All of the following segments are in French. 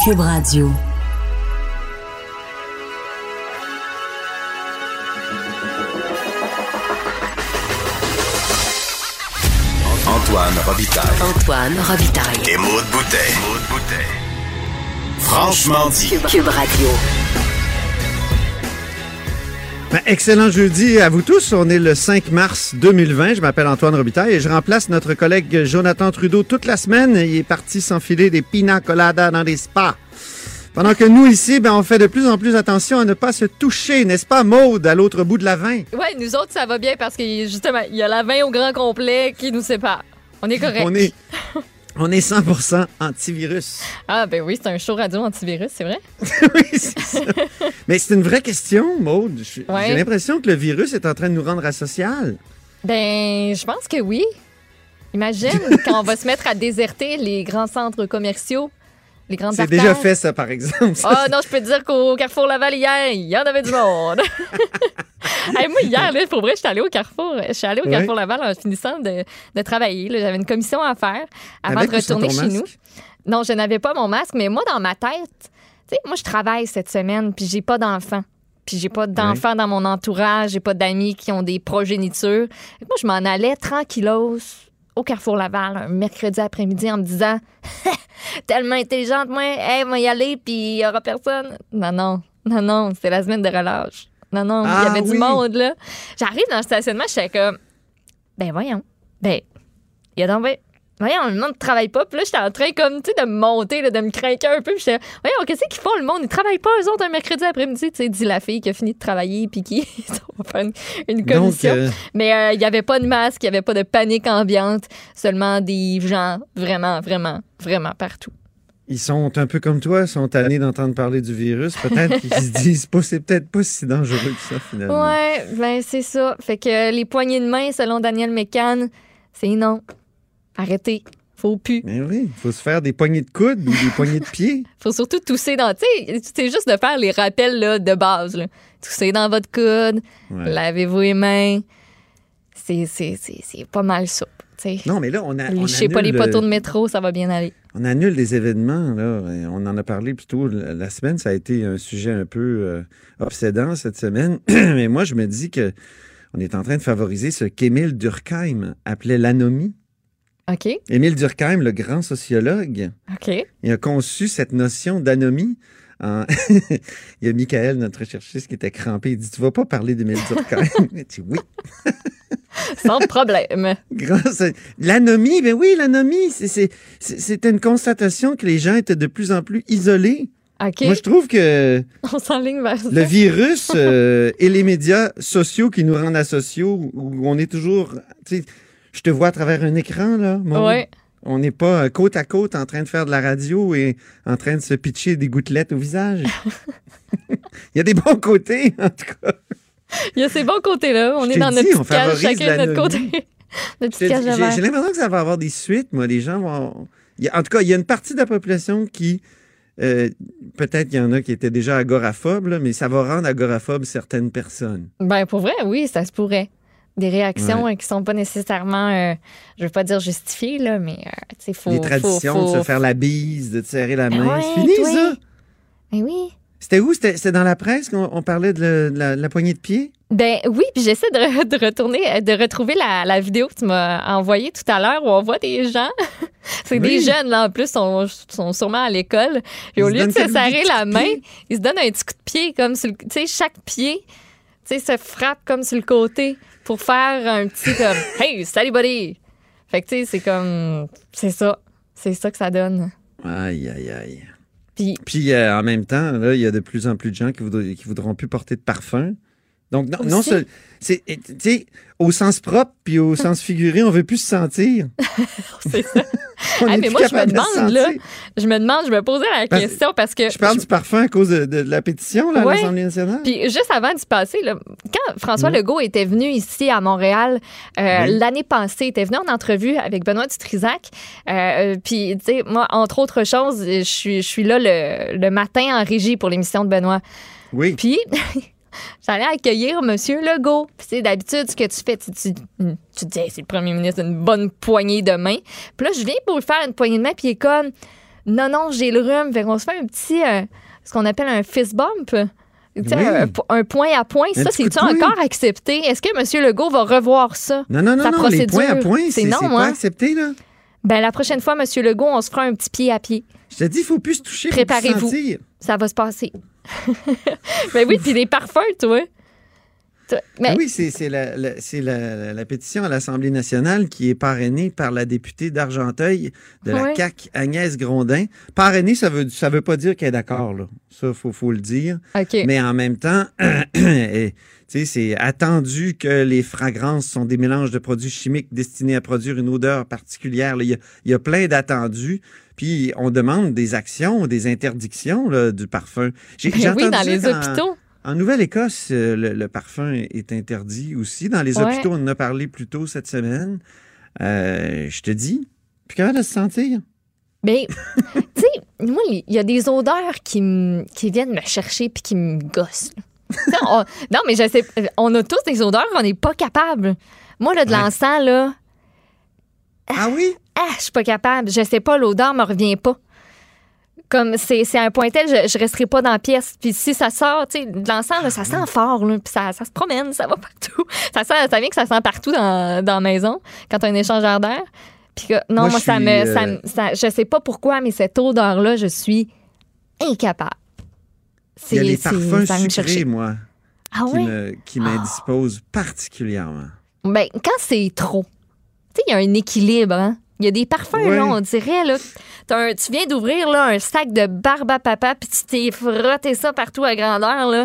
Cube Radio. Antoine Robitaille. Et Maude Boutet. Franchement dit. Cube Radio. Excellent jeudi à vous tous. On est le 5 mars 2020. Je m'appelle Antoine Robitaille et je remplace notre collègue Jonathan Trudeau toute la semaine. Il est parti s'enfiler des pina coladas dans des spas. Pendant que nous, ici, on fait de plus en plus attention à ne pas se toucher, n'est-ce pas, Maude, à l'autre bout de la 20? Oui, nous autres, ça va bien parce que, justement, il y a la 20 au grand complet qui nous sépare. On est correct. On est 100% antivirus. Ah, ben oui, c'est un show radio antivirus, c'est vrai? Oui, c'est ça. Mais c'est une vraie question, Maude. J'ai l'impression que le virus est en train de nous rendre asociales. Ben, je pense que oui. Imagine quand on va se mettre à déserter les grands centres commerciaux. Les grandes c'est artères. déjà fait, ça, par exemple. Ah non, je peux te dire qu'au Carrefour Laval, hier, il y en avait du monde. Hey, moi, hier, là, pour vrai, je suis allée au Carrefour. Je suis allée au Carrefour Laval en finissant de travailler. Là, j'avais une commission à faire avant de retourner chez nous. Non, je n'avais pas mon masque, mais moi, dans ma tête, tu sais, moi, je travaille cette semaine, puis j'ai pas d'enfants. Puis j'ai pas d'enfants dans mon entourage, j'ai pas d'amis qui ont des progénitures. Moi, je m'en allais tranquillos au Carrefour Laval un mercredi après-midi en me disant tellement intelligente, moi, moi y aller, puis il y aura personne. Non, c'est la semaine de relâche. Non, il y avait du monde, là. J'arrive dans le stationnement, je suis comme, voyons, il y a donc, voyons, le monde ne travaille pas. Puis là, j'étais en train, comme, tu sais, de me monter, là, de me craquer un peu. Puis j'étais, voyons, qu'est-ce qu'ils font, le monde? Ils travaillent pas, eux autres, un mercredi après-midi. Tu sais, dit la fille qui a fini de travailler, puis qui va faire une commission. Donc, mais il n'y avait pas de masque, il n'y avait pas de panique ambiante. Seulement des gens vraiment, vraiment, vraiment partout. Ils sont un peu comme toi, sont tannés d'entendre parler du virus. Peut-être qu'ils se disent, c'est peut-être pas si dangereux que ça, finalement. Ouais, c'est ça. Fait que les poignées de main, selon Daniel Mécan, c'est non. Arrêtez. Faut plus. Mais oui, il faut se faire des poignées de coude ou des poignées de pied. Faut surtout tousser dans... Tu sais, c'est juste de faire les rappels là, de base. Là. Tousser dans votre coude, lavez-vous les mains. C'est pas mal ça. T'sais. Non, mais là, on lichez pas les poteaux de métro, ça va bien aller. On annule des événements, là. On en a parlé plus tôt la semaine. Ça a été un sujet un peu obsédant cette semaine. Mais moi, je me dis que on est en train de favoriser ce qu'Émile Durkheim appelait l'anomie. OK. Émile Durkheim, le grand sociologue, il a conçu cette notion d'anomie. Il y a Michael, notre chercheuse, qui était crampé. Il dit, tu vas pas parler d'Émile Durkheim? Il dit, oui. Sans problème. L'anomie, l'anomie, c'était une constatation que les gens étaient de plus en plus isolés. Okay. Moi, je trouve que on s'enligne vers ça. Le virus et les médias sociaux qui nous rendent asociaux, où on est toujours... Je te vois à travers un écran, là. Oui. On n'est pas côte à côte en train de faire de la radio et en train de se pitcher des gouttelettes au visage. Il y a des bons côtés, en tout cas. Il y a ces bons côtés-là. On est dans notre petite cage, chacun de notre côté. Notre petite cage de verre. J'ai l'impression que ça va avoir des suites, moi. Les gens vont... En tout cas, il y a une partie de la population qui... peut-être qu'il y en a qui étaient déjà agoraphobes, là, mais ça va rendre agoraphobes certaines personnes. Pour vrai, oui, ça se pourrait. Des réactions qui sont pas nécessairement, je veux pas dire justifiées, là, mais il faut... Les traditions de se faire la bise, de te serrer la main. Ouais, c'est fini, ça? Ben oui. C'était où? C'était dans la presse qu'on parlait de la poignée de pied? Ben oui, puis j'essaie de retrouver la vidéo que tu m'as envoyée tout à l'heure où on voit des gens. C'est des jeunes, là, en plus, sont sûrement à l'école. Et au lieu de se serrer la main, ils se donnent un petit coup de pied, comme sur le... Tu sais, chaque pied, tu sais, se frappe comme sur le côté pour faire un petit comme « Hey, salut buddy! » Fait que, tu sais, c'est comme... C'est ça. C'est ça que ça donne. Aïe, aïe, aïe. Puis en même temps, là, il y a de plus en plus de gens qui voudront plus porter de parfum. Donc, c'est, tu sais, au sens propre puis au sens figuré, on veut plus se sentir. C'est ça. Mais moi, je me posais la question parce que... Je parle du parfum à cause de la pétition, là, à l'Assemblée nationale. Puis juste avant d'y passer, là, quand François Legault était venu ici à Montréal, l'année passée, il était venu en entrevue avec Benoît Dutrisac. Puis, tu sais, moi, entre autres choses, je suis là le matin en régie pour l'émission de Benoît. Oui. Puis... J'allais accueillir M. Legault. Puis, c'est d'habitude, ce que tu fais, tu dis, hey, c'est le premier ministre, une bonne poignée de main. Puis là, je viens pour lui faire une poignée de main, puis il est comme, Non, j'ai le rhume. Fait qu'on se fait un petit, ce qu'on appelle un fist bump. Tu sais, un point à point. Ça, c'est-tu encore accepté? Est-ce que M. Legault va revoir ça? Non, les points à point, c'est pas accepté, là. Ben, la prochaine fois, M. Legault, on se fera un petit pied à pied. Je te dis, il faut plus se toucher. Préparez-vous. Sentir. Ça va se passer. Ben oui, puis les parfums, toi. Mais... Oui, c'est la pétition à l'Assemblée nationale qui est parrainée par la députée d'Argenteuil de la CAQ, Agnès Grondin. Parrainée, ça veut pas dire qu'elle est d'accord, là. Ça, faut le dire. Okay. Mais en même temps, c'est attendu que les fragrances sont des mélanges de produits chimiques destinés à produire une odeur particulière. Il y a plein d'attendus. Puis on demande des actions, des interdictions là, du parfum. Oui, dans les hôpitaux. En Nouvelle-Écosse, le parfum est interdit aussi. Dans les hôpitaux, on en a parlé plus tôt cette semaine. Je te dis, plus capable de se sentir. Mais, tu sais, moi, il y a des odeurs qui viennent me chercher puis qui me gossent. Non, mais je sais, on a tous des odeurs qu'on n'est pas capable. Moi, là, de l'encens, là... Ah oui? Je suis pas capable. Je sais pas, l'odeur me revient pas. Comme c'est un point tel, je resterai pas dans la pièce. Puis si ça sort, tu sais, de l'encens, là, ça sent fort, là, puis ça se promène, ça va partout. Ça vient que ça sent partout dans la maison quand tu as un échangeur d'air. Puis que, non, moi je sais pas pourquoi, mais cette odeur-là, je suis incapable. Il y a les parfums sucrés, moi, qui Ah. m'indisposent particulièrement. Ben, quand c'est trop, tu sais, il y a un équilibre, hein? Il y a des parfums, là, on dirait, là, tu viens d'ouvrir là, un sac de barbe à papa puis tu t'es frotté ça partout à grandeur, là.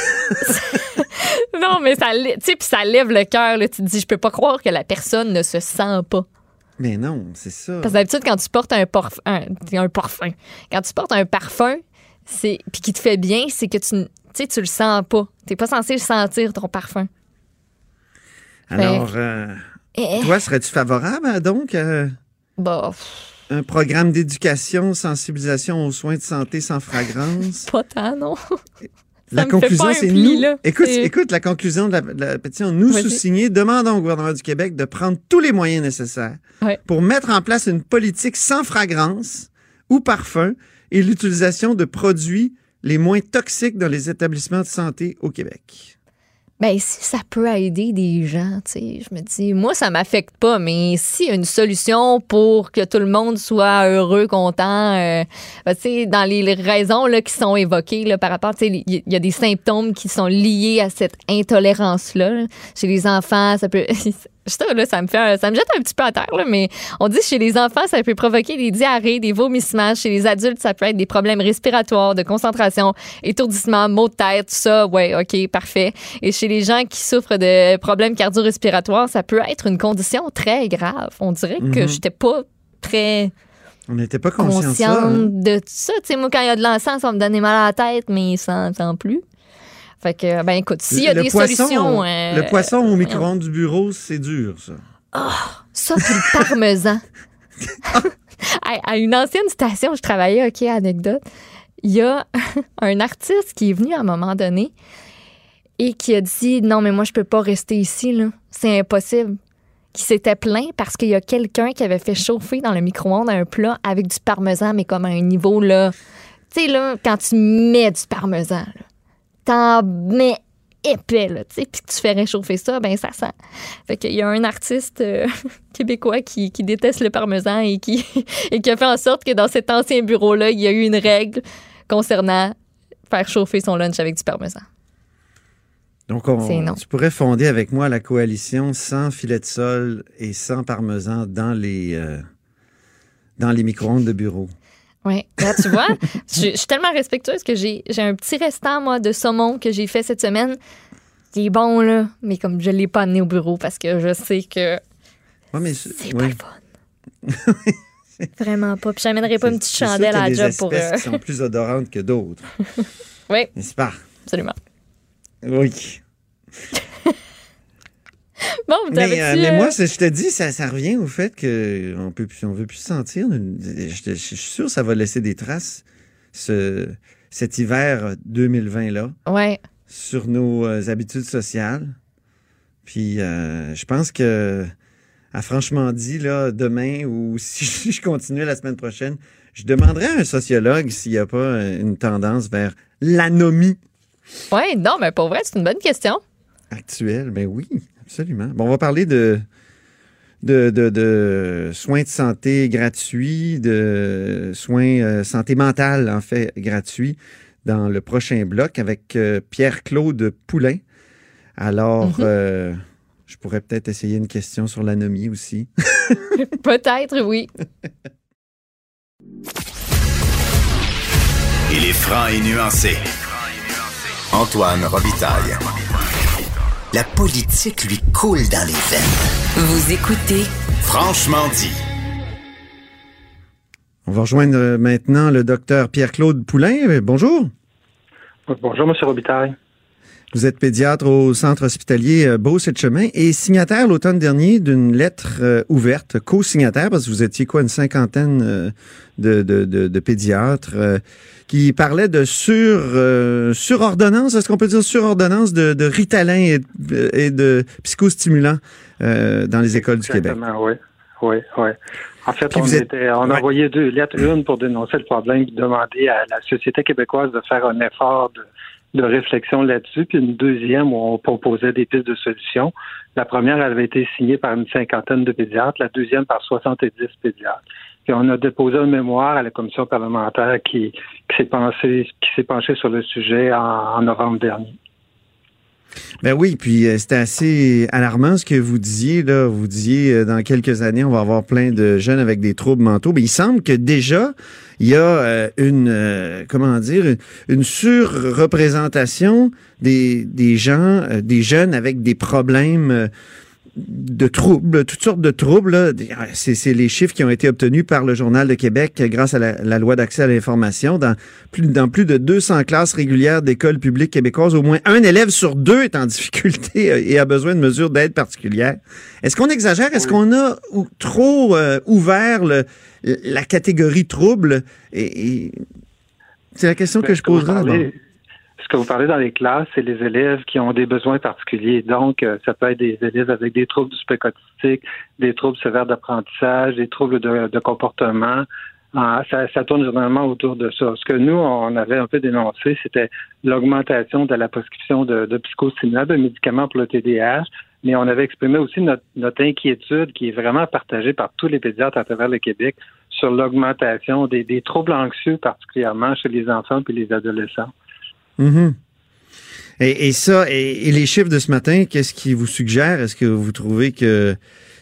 Non, mais ça, tu sais, puis ça lève le cœur, là. Tu te dis, je peux pas croire que la personne ne se sent pas. Mais non, c'est ça. Parce que d'habitude, quand tu portes un parfum, quand tu portes un parfum, puis qui te fait bien, c'est que tu le sens pas. T'es pas censé le sentir, ton parfum. Alors, toi, serais-tu favorable, donc, un programme d'éducation, sensibilisation aux soins de santé sans fragrance? Pas tant, non. La conclusion, c'est nous. Là. Écoute, la conclusion de la pétition, nous sous-signés, demandons au gouvernement du Québec de prendre tous les moyens nécessaires pour mettre en place une politique sans fragrance ou parfum et l'utilisation de produits les moins toxiques dans les établissements de santé au Québec. Bien, si ça peut aider des gens, tu sais, je me dis, moi, ça m'affecte pas, mais s'il y a une solution pour que tout le monde soit heureux, content, tu sais, dans les raisons là, qui sont évoquées là, par rapport, tu sais, il y a des symptômes qui sont liés à cette intolérance-là. Là. Chez les enfants, ça peut... Ça, là, ça me jette un petit peu à terre, là, mais on dit que chez les enfants, ça peut provoquer des diarrhées, des vomissements. Chez les adultes, ça peut être des problèmes respiratoires, de concentration, étourdissement, maux de tête, tout ça. Ouais, OK, parfait. Et chez les gens qui souffrent de problèmes cardio-respiratoires, ça peut être une condition très grave. On dirait que j'étais pas très... On n'était pas consciente de ça. Tu sais, moi, quand il y a de l'encens, ça va me donner mal à la tête, mais sans plus. Fait que, ben écoute, s'il y a des solutions... Le poisson au micro-ondes du bureau, c'est dur, ça. Ça, puis le parmesan. À une ancienne station où je travaillais, OK, anecdote, il y a un artiste qui est venu à un moment donné et qui a dit « Non, mais moi, je peux pas rester ici, là. C'est impossible. » Qui s'était plaint parce qu'il y a quelqu'un qui avait fait chauffer dans le micro-ondes un plat avec du parmesan, mais comme à un niveau, là... Tu sais, là, quand tu mets du parmesan, là, t'en mets épais, là, tu sais, puis tu fais réchauffer ça, ben ça sent. Fait qu'il y a un artiste québécois qui déteste le parmesan et qui a fait en sorte que dans cet ancien bureau-là, il y a eu une règle concernant faire chauffer son lunch avec du parmesan. Donc, tu pourrais fonder avec moi la coalition sans filet de sol et sans parmesan dans les micro-ondes de bureau. Oui, là, tu vois, je suis tellement respectueuse que j'ai un petit restant, moi, de saumon que j'ai fait cette semaine. Il est bon, là, mais comme je ne l'ai pas amené au bureau parce que je sais que c'est pas le fun. Vraiment pas. Puis j'amènerai pas une petite chandelle à la job pour... Il y a des espèces qui sont plus odorantes que d'autres. Oui. N'est-ce pas? Absolument. Oui. Bon, mais moi, je te dis, ça revient au fait qu'on veut plus sentir. Je suis sûr que ça va laisser des traces, cet hiver 2020-là, sur nos habitudes sociales. Puis, je pense que, à franchement dit, là, demain, ou si je continue la semaine prochaine, Je demanderais à un sociologue s'il n'y a pas une tendance vers l'anomie. Oui, non, mais pour vrai, c'est une bonne question. Actuelle, ben oui, absolument. Bon, on va parler de soins de santé gratuits, de soins santé mentale, en fait, gratuits, dans le prochain bloc avec Pierre-Claude Poulain. Alors, je pourrais peut-être essayer une question sur l'anomie aussi. Peut-être, oui. Il est franc et nuancé. Antoine Robitaille. La politique lui coule dans les veines. Vous écoutez Franchement dit. On va rejoindre maintenant le docteur Pierre-Claude Poulain. Bonjour. Bonjour, M. Robitaille. Vous êtes pédiatre au centre hospitalier Beauce-et-Chemin et signataire l'automne dernier d'une lettre ouverte, co-signataire, parce que vous étiez une cinquantaine de pédiatres qui parlaient de surordonnance, est-ce qu'on peut dire surordonnance de Ritalin et de psychostimulants dans les écoles du Québec? Oui. En fait, on envoyait 2 lettres, une pour dénoncer le problème, demander à la Société québécoise de faire un effort de réflexion là-dessus, puis une deuxième où on proposait des pistes de solutions. La première, elle avait été signée par une cinquantaine de pédiatres, la deuxième par 70 pédiatres. Puis on a déposé un mémoire à la commission parlementaire qui s'est penchée sur le sujet en novembre dernier. Ben oui, puis c'était assez alarmant ce que vous disiez, là. Vous disiez, dans quelques années, on va avoir plein de jeunes avec des troubles mentaux. Mais il semble que déjà, il y a une surreprésentation des gens, des jeunes avec des problèmes de troubles, toutes sortes de troubles. Là. C'est les chiffres qui ont été obtenus par le Journal de Québec grâce à la loi d'accès à l'information. Dans plus de 200 classes régulières d'écoles publiques québécoises, au moins un élève sur 2 est en difficulté et a besoin de mesures d'aide particulière. Est-ce qu'on exagère? Est-ce qu'on a trop ouvert la catégorie troubles? Et c'est la question que je poserai d'abord. Ce que vous parlez dans les classes, c'est les élèves qui ont des besoins particuliers. Donc, ça peut être des élèves avec des troubles du spectre autistique, des troubles sévères d'apprentissage, des troubles de comportement. Ça tourne généralement autour de ça. Ce que nous, on avait un peu dénoncé, c'était l'augmentation de la prescription de psychostimulants, de médicaments pour le TDAH. Mais on avait exprimé aussi notre inquiétude qui est vraiment partagée par tous les pédiatres à travers le Québec sur l'augmentation des troubles anxieux, particulièrement chez les enfants et les adolescents. Mm-hmm. Et les chiffres de ce matin, qu'est-ce qui vous suggère? Est-ce que vous trouvez que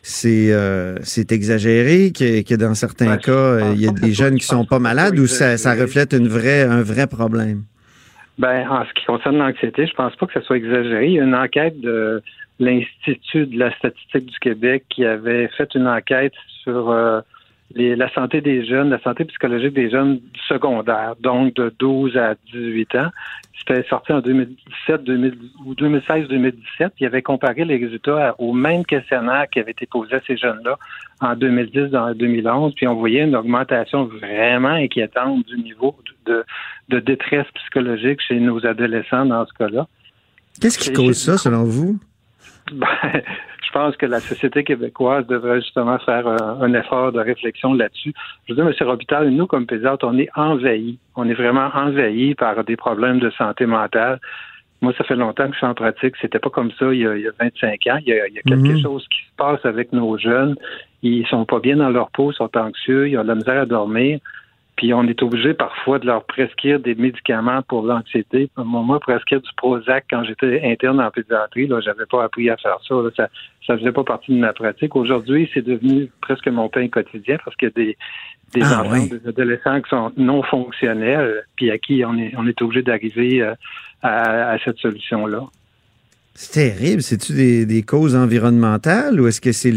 c'est exagéré, que dans certains cas, il y a des jeunes qui sont pas malades ou ça reflète un vrai problème? Ben, en ce qui concerne l'anxiété, je pense pas que ça soit exagéré. Il y a une enquête de l'Institut de la statistique du Québec qui avait fait une enquête sur la santé des jeunes, la santé psychologique des jeunes secondaires, donc de 12 à 18 ans. C'était sorti en 2017 ou 2016-2017. Il avait comparé les résultats au même questionnaire qui avait été posé à ces jeunes-là en 2010, en 2011, puis on voyait une augmentation vraiment inquiétante du niveau de détresse psychologique chez nos adolescents dans ce cas-là. Qu'est-ce qui cause ça, selon vous? Ben, je pense que la société québécoise devrait justement faire un effort de réflexion là-dessus. Je veux dire, M. Robitaille, nous, comme pédiatres, on est envahis. On est vraiment envahis par des problèmes de santé mentale. Moi, ça fait longtemps que je suis en pratique. C'était pas comme ça il y a 25 ans. Il y a quelque chose qui se passe avec nos jeunes. Ils sont pas bien dans leur peau, ils sont anxieux, ils ont de la misère à dormir. Puis on est obligé parfois de leur prescrire des médicaments pour l'anxiété. Moi, prescrire du Prozac quand j'étais interne en pédiatrie, là, j'avais pas appris à faire ça. Là. Ça faisait pas partie de ma pratique. Aujourd'hui, c'est devenu presque mon pain quotidien parce qu'il y a des enfants, des adolescents qui sont non fonctionnels, puis à qui on est obligé d'arriver à cette solution-là. C'est terrible. C'est-tu des causes environnementales ou est-ce que c'est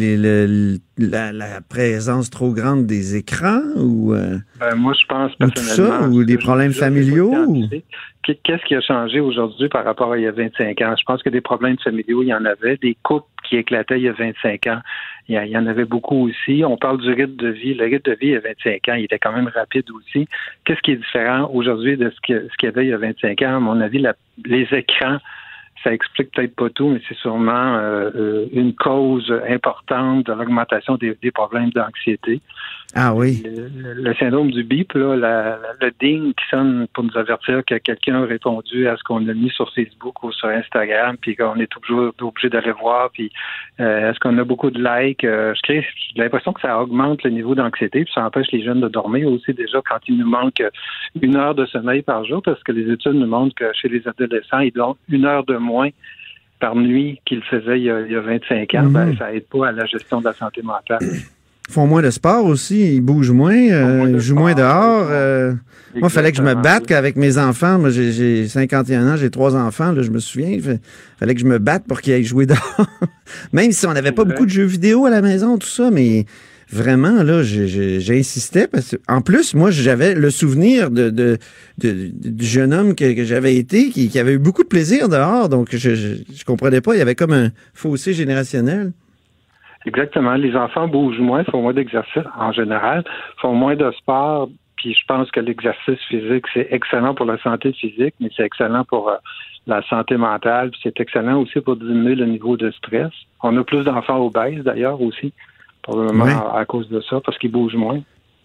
la présence trop grande des écrans ou moi, je pense personnellement... Tout ça, ou des problèmes familiaux? Qu'est-ce qui a changé aujourd'hui par rapport à il y a 25 ans? Je pense que des problèmes familiaux, il y en avait. Des couples qui éclataient il y a 25 ans, il y en avait beaucoup aussi. On parle du rythme de vie. Le rythme de vie, il y a 25 ans, il était quand même rapide aussi. Qu'est-ce qui est différent aujourd'hui de ce qu'il y avait il y a 25 ans? À mon avis, les écrans, ça explique peut-être pas tout, mais c'est sûrement une cause importante de l'augmentation des problèmes d'anxiété. Ah oui. Le syndrome du bip, là, le ding qui sonne pour nous avertir que quelqu'un a répondu à ce qu'on a mis sur Facebook ou sur Instagram, puis qu'on est toujours obligé d'aller voir, puis est-ce qu'on a beaucoup de likes? J'ai l'impression que ça augmente le niveau d'anxiété, puis ça empêche les jeunes de dormir aussi déjà quand il nous manque 1 heure de sommeil par jour, parce que les études nous montrent que chez les adolescents, ils dorment 1 heure de moins par nuit qu'ils faisaient il y a 25 ans. Ben, ça aide pas à la gestion de la santé mentale. Ils font moins de sport aussi, ils bougent moins, ils jouent moins dehors. Moi, il fallait que je me batte avec mes enfants. Moi, j'ai 51 ans, j'ai 3 enfants, là, je me souviens. Il fallait que je me batte pour qu'ils aillent jouer dehors. Même si on n'avait pas beaucoup de jeux vidéo à la maison, tout ça, mais vraiment, là, j'insistais parce que, en plus, moi, j'avais le souvenir du jeune homme que j'avais été, qui avait eu beaucoup de plaisir dehors, donc je comprenais pas, il y avait comme un fossé générationnel. Exactement. Les enfants bougent moins, font moins d'exercice en général, font moins de sport. Puis je pense que l'exercice physique, c'est excellent pour la santé physique, mais c'est excellent pour la santé mentale. Puis c'est excellent aussi pour diminuer le niveau de stress. On a plus d'enfants obèses d'ailleurs aussi, probablement à cause de ça, parce qu'ils bougent moins.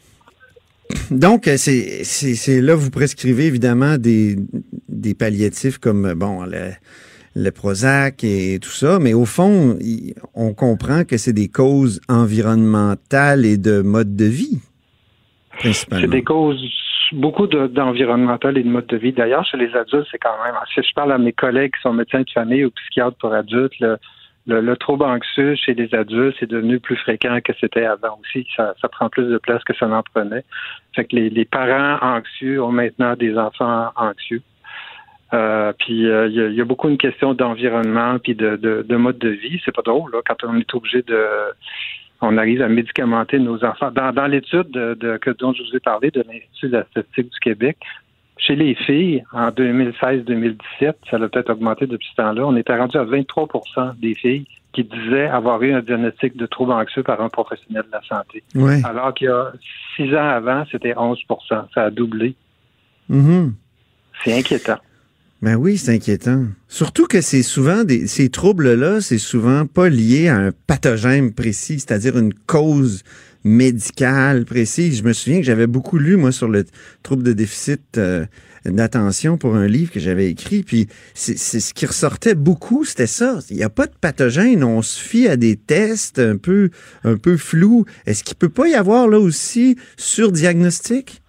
Donc, c'est là vous prescrivez évidemment des palliatifs comme le Prozac et tout ça, mais au fond, on comprend que c'est des causes environnementales et de mode de vie, principalement. C'est des causes beaucoup d'environnemental et de mode de vie. D'ailleurs, chez les adultes, c'est quand même... Si je parle à mes collègues qui sont médecins de famille ou psychiatres pour adultes, le trouble anxieux chez les adultes, c'est devenu plus fréquent que c'était avant aussi. Ça prend plus de place que ça n'en prenait. Fait que les parents anxieux ont maintenant des enfants anxieux. Puis il y a beaucoup une question d'environnement puis de mode de vie. C'est pas drôle là, quand on est obligé on arrive à médicamenter nos enfants. Dans l'étude dont je vous ai parlé de l'Institut de la statistique du Québec, chez les filles, en 2016-2017, ça a peut-être augmenté depuis ce temps-là, on était rendu à 23% des filles qui disaient avoir eu un diagnostic de trouble anxieux par un professionnel de la santé. Ouais. Alors qu'il y a 6 ans avant, c'était 11%. Ça a doublé. Mm-hmm. C'est inquiétant. Ben oui, c'est inquiétant. Surtout que c'est souvent ces troubles-là, c'est souvent pas lié à un pathogène précis, c'est-à-dire une cause médicale précise. Je me souviens que j'avais beaucoup lu, moi, sur le trouble de déficit d'attention pour un livre que j'avais écrit, puis c'est ce qui ressortait beaucoup, c'était ça. Il n'y a pas de pathogène, on se fie à des tests un peu flous. Est-ce qu'il peut pas y avoir, là aussi, surdiagnostic?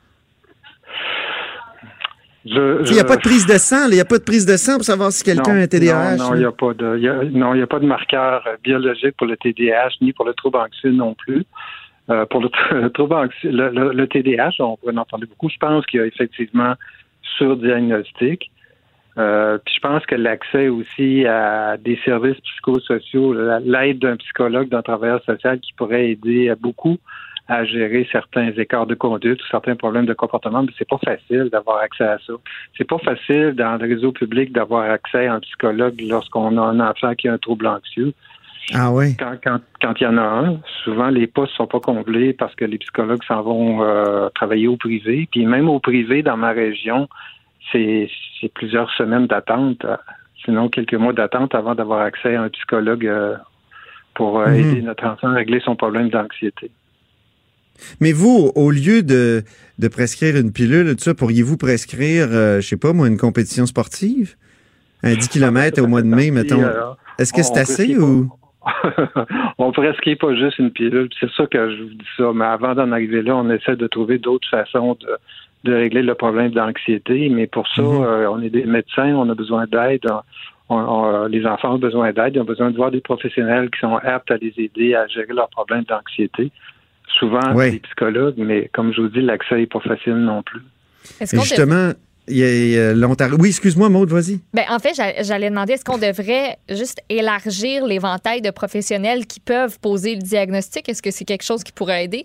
Il n'y a pas de prise de sang, il n'y a pas de prise de sang pour savoir si quelqu'un a un TDAH. Non, il n'y a pas de marqueur biologique pour le TDAH ni pour le trouble anxieux non plus. Pour le trouble anxieux, le TDAH, on pourrait en parler beaucoup. Je pense qu'il y a effectivement surdiagnostic. Puis je pense que l'accès aussi à des services psychosociaux, l'aide d'un psychologue, d'un travailleur social qui pourrait aider beaucoup à gérer certains écarts de conduite ou certains problèmes de comportement, mais c'est pas facile d'avoir accès à ça. C'est pas facile dans le réseau public d'avoir accès à un psychologue lorsqu'on a un enfant qui a un trouble anxieux. Ah oui? Quand il y en a un, souvent les postes sont pas comblés parce que les psychologues s'en vont travailler au privé. Puis même au privé, dans ma région, c'est plusieurs semaines d'attente, sinon quelques mois d'attente avant d'avoir accès à un psychologue pour aider notre enfant à régler son problème d'anxiété. Mais vous, au lieu de prescrire une pilule, tout ça, pourriez-vous prescrire, je sais pas moi, une compétition sportive? Un 10 km au mois de mai, mettons. Est-ce que c'est assez ou... On prescrit pas juste une pilule. C'est sûr que je vous dis ça, mais avant d'en arriver là, on essaie de trouver d'autres façons de régler le problème d'anxiété. Mais pour ça, on est des médecins, on a besoin d'aide. Les enfants ont besoin d'aide, ils ont besoin de voir des professionnels qui sont aptes à les aider à gérer leurs problèmes d'anxiété. Souvent, c'est des psychologues, mais comme je vous dis, l'accès n'est pas facile non plus. Justement, il y a l'Ontario. Oui, excuse-moi, Maude, vas-y. Ben, en fait, j'allais demander, est-ce qu'on devrait juste élargir l'éventail de professionnels qui peuvent poser le diagnostic? Est-ce que c'est quelque chose qui pourrait aider?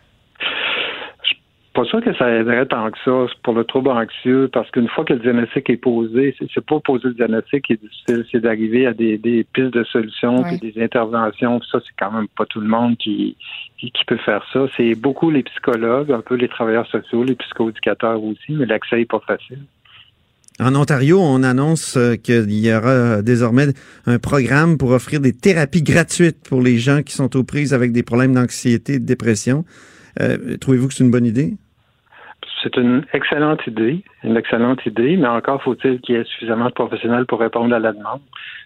Pas sûr que ça aiderait tant que ça pour le trouble anxieux, parce qu'une fois que le diagnostic est posé, c'est pas poser le diagnostic qui est difficile, c'est d'arriver à des pistes de solutions, puis des interventions. Ça, c'est quand même pas tout le monde qui peut faire ça. C'est beaucoup les psychologues, un peu les travailleurs sociaux, les psychoéducateurs aussi, mais l'accès est pas facile. En Ontario, on annonce qu'il y aura désormais un programme pour offrir des thérapies gratuites pour les gens qui sont aux prises avec des problèmes d'anxiété et de dépression. Trouvez-vous que c'est une bonne idée? C'est une excellente idée, mais encore faut-il qu'il y ait suffisamment de professionnels pour répondre à la demande.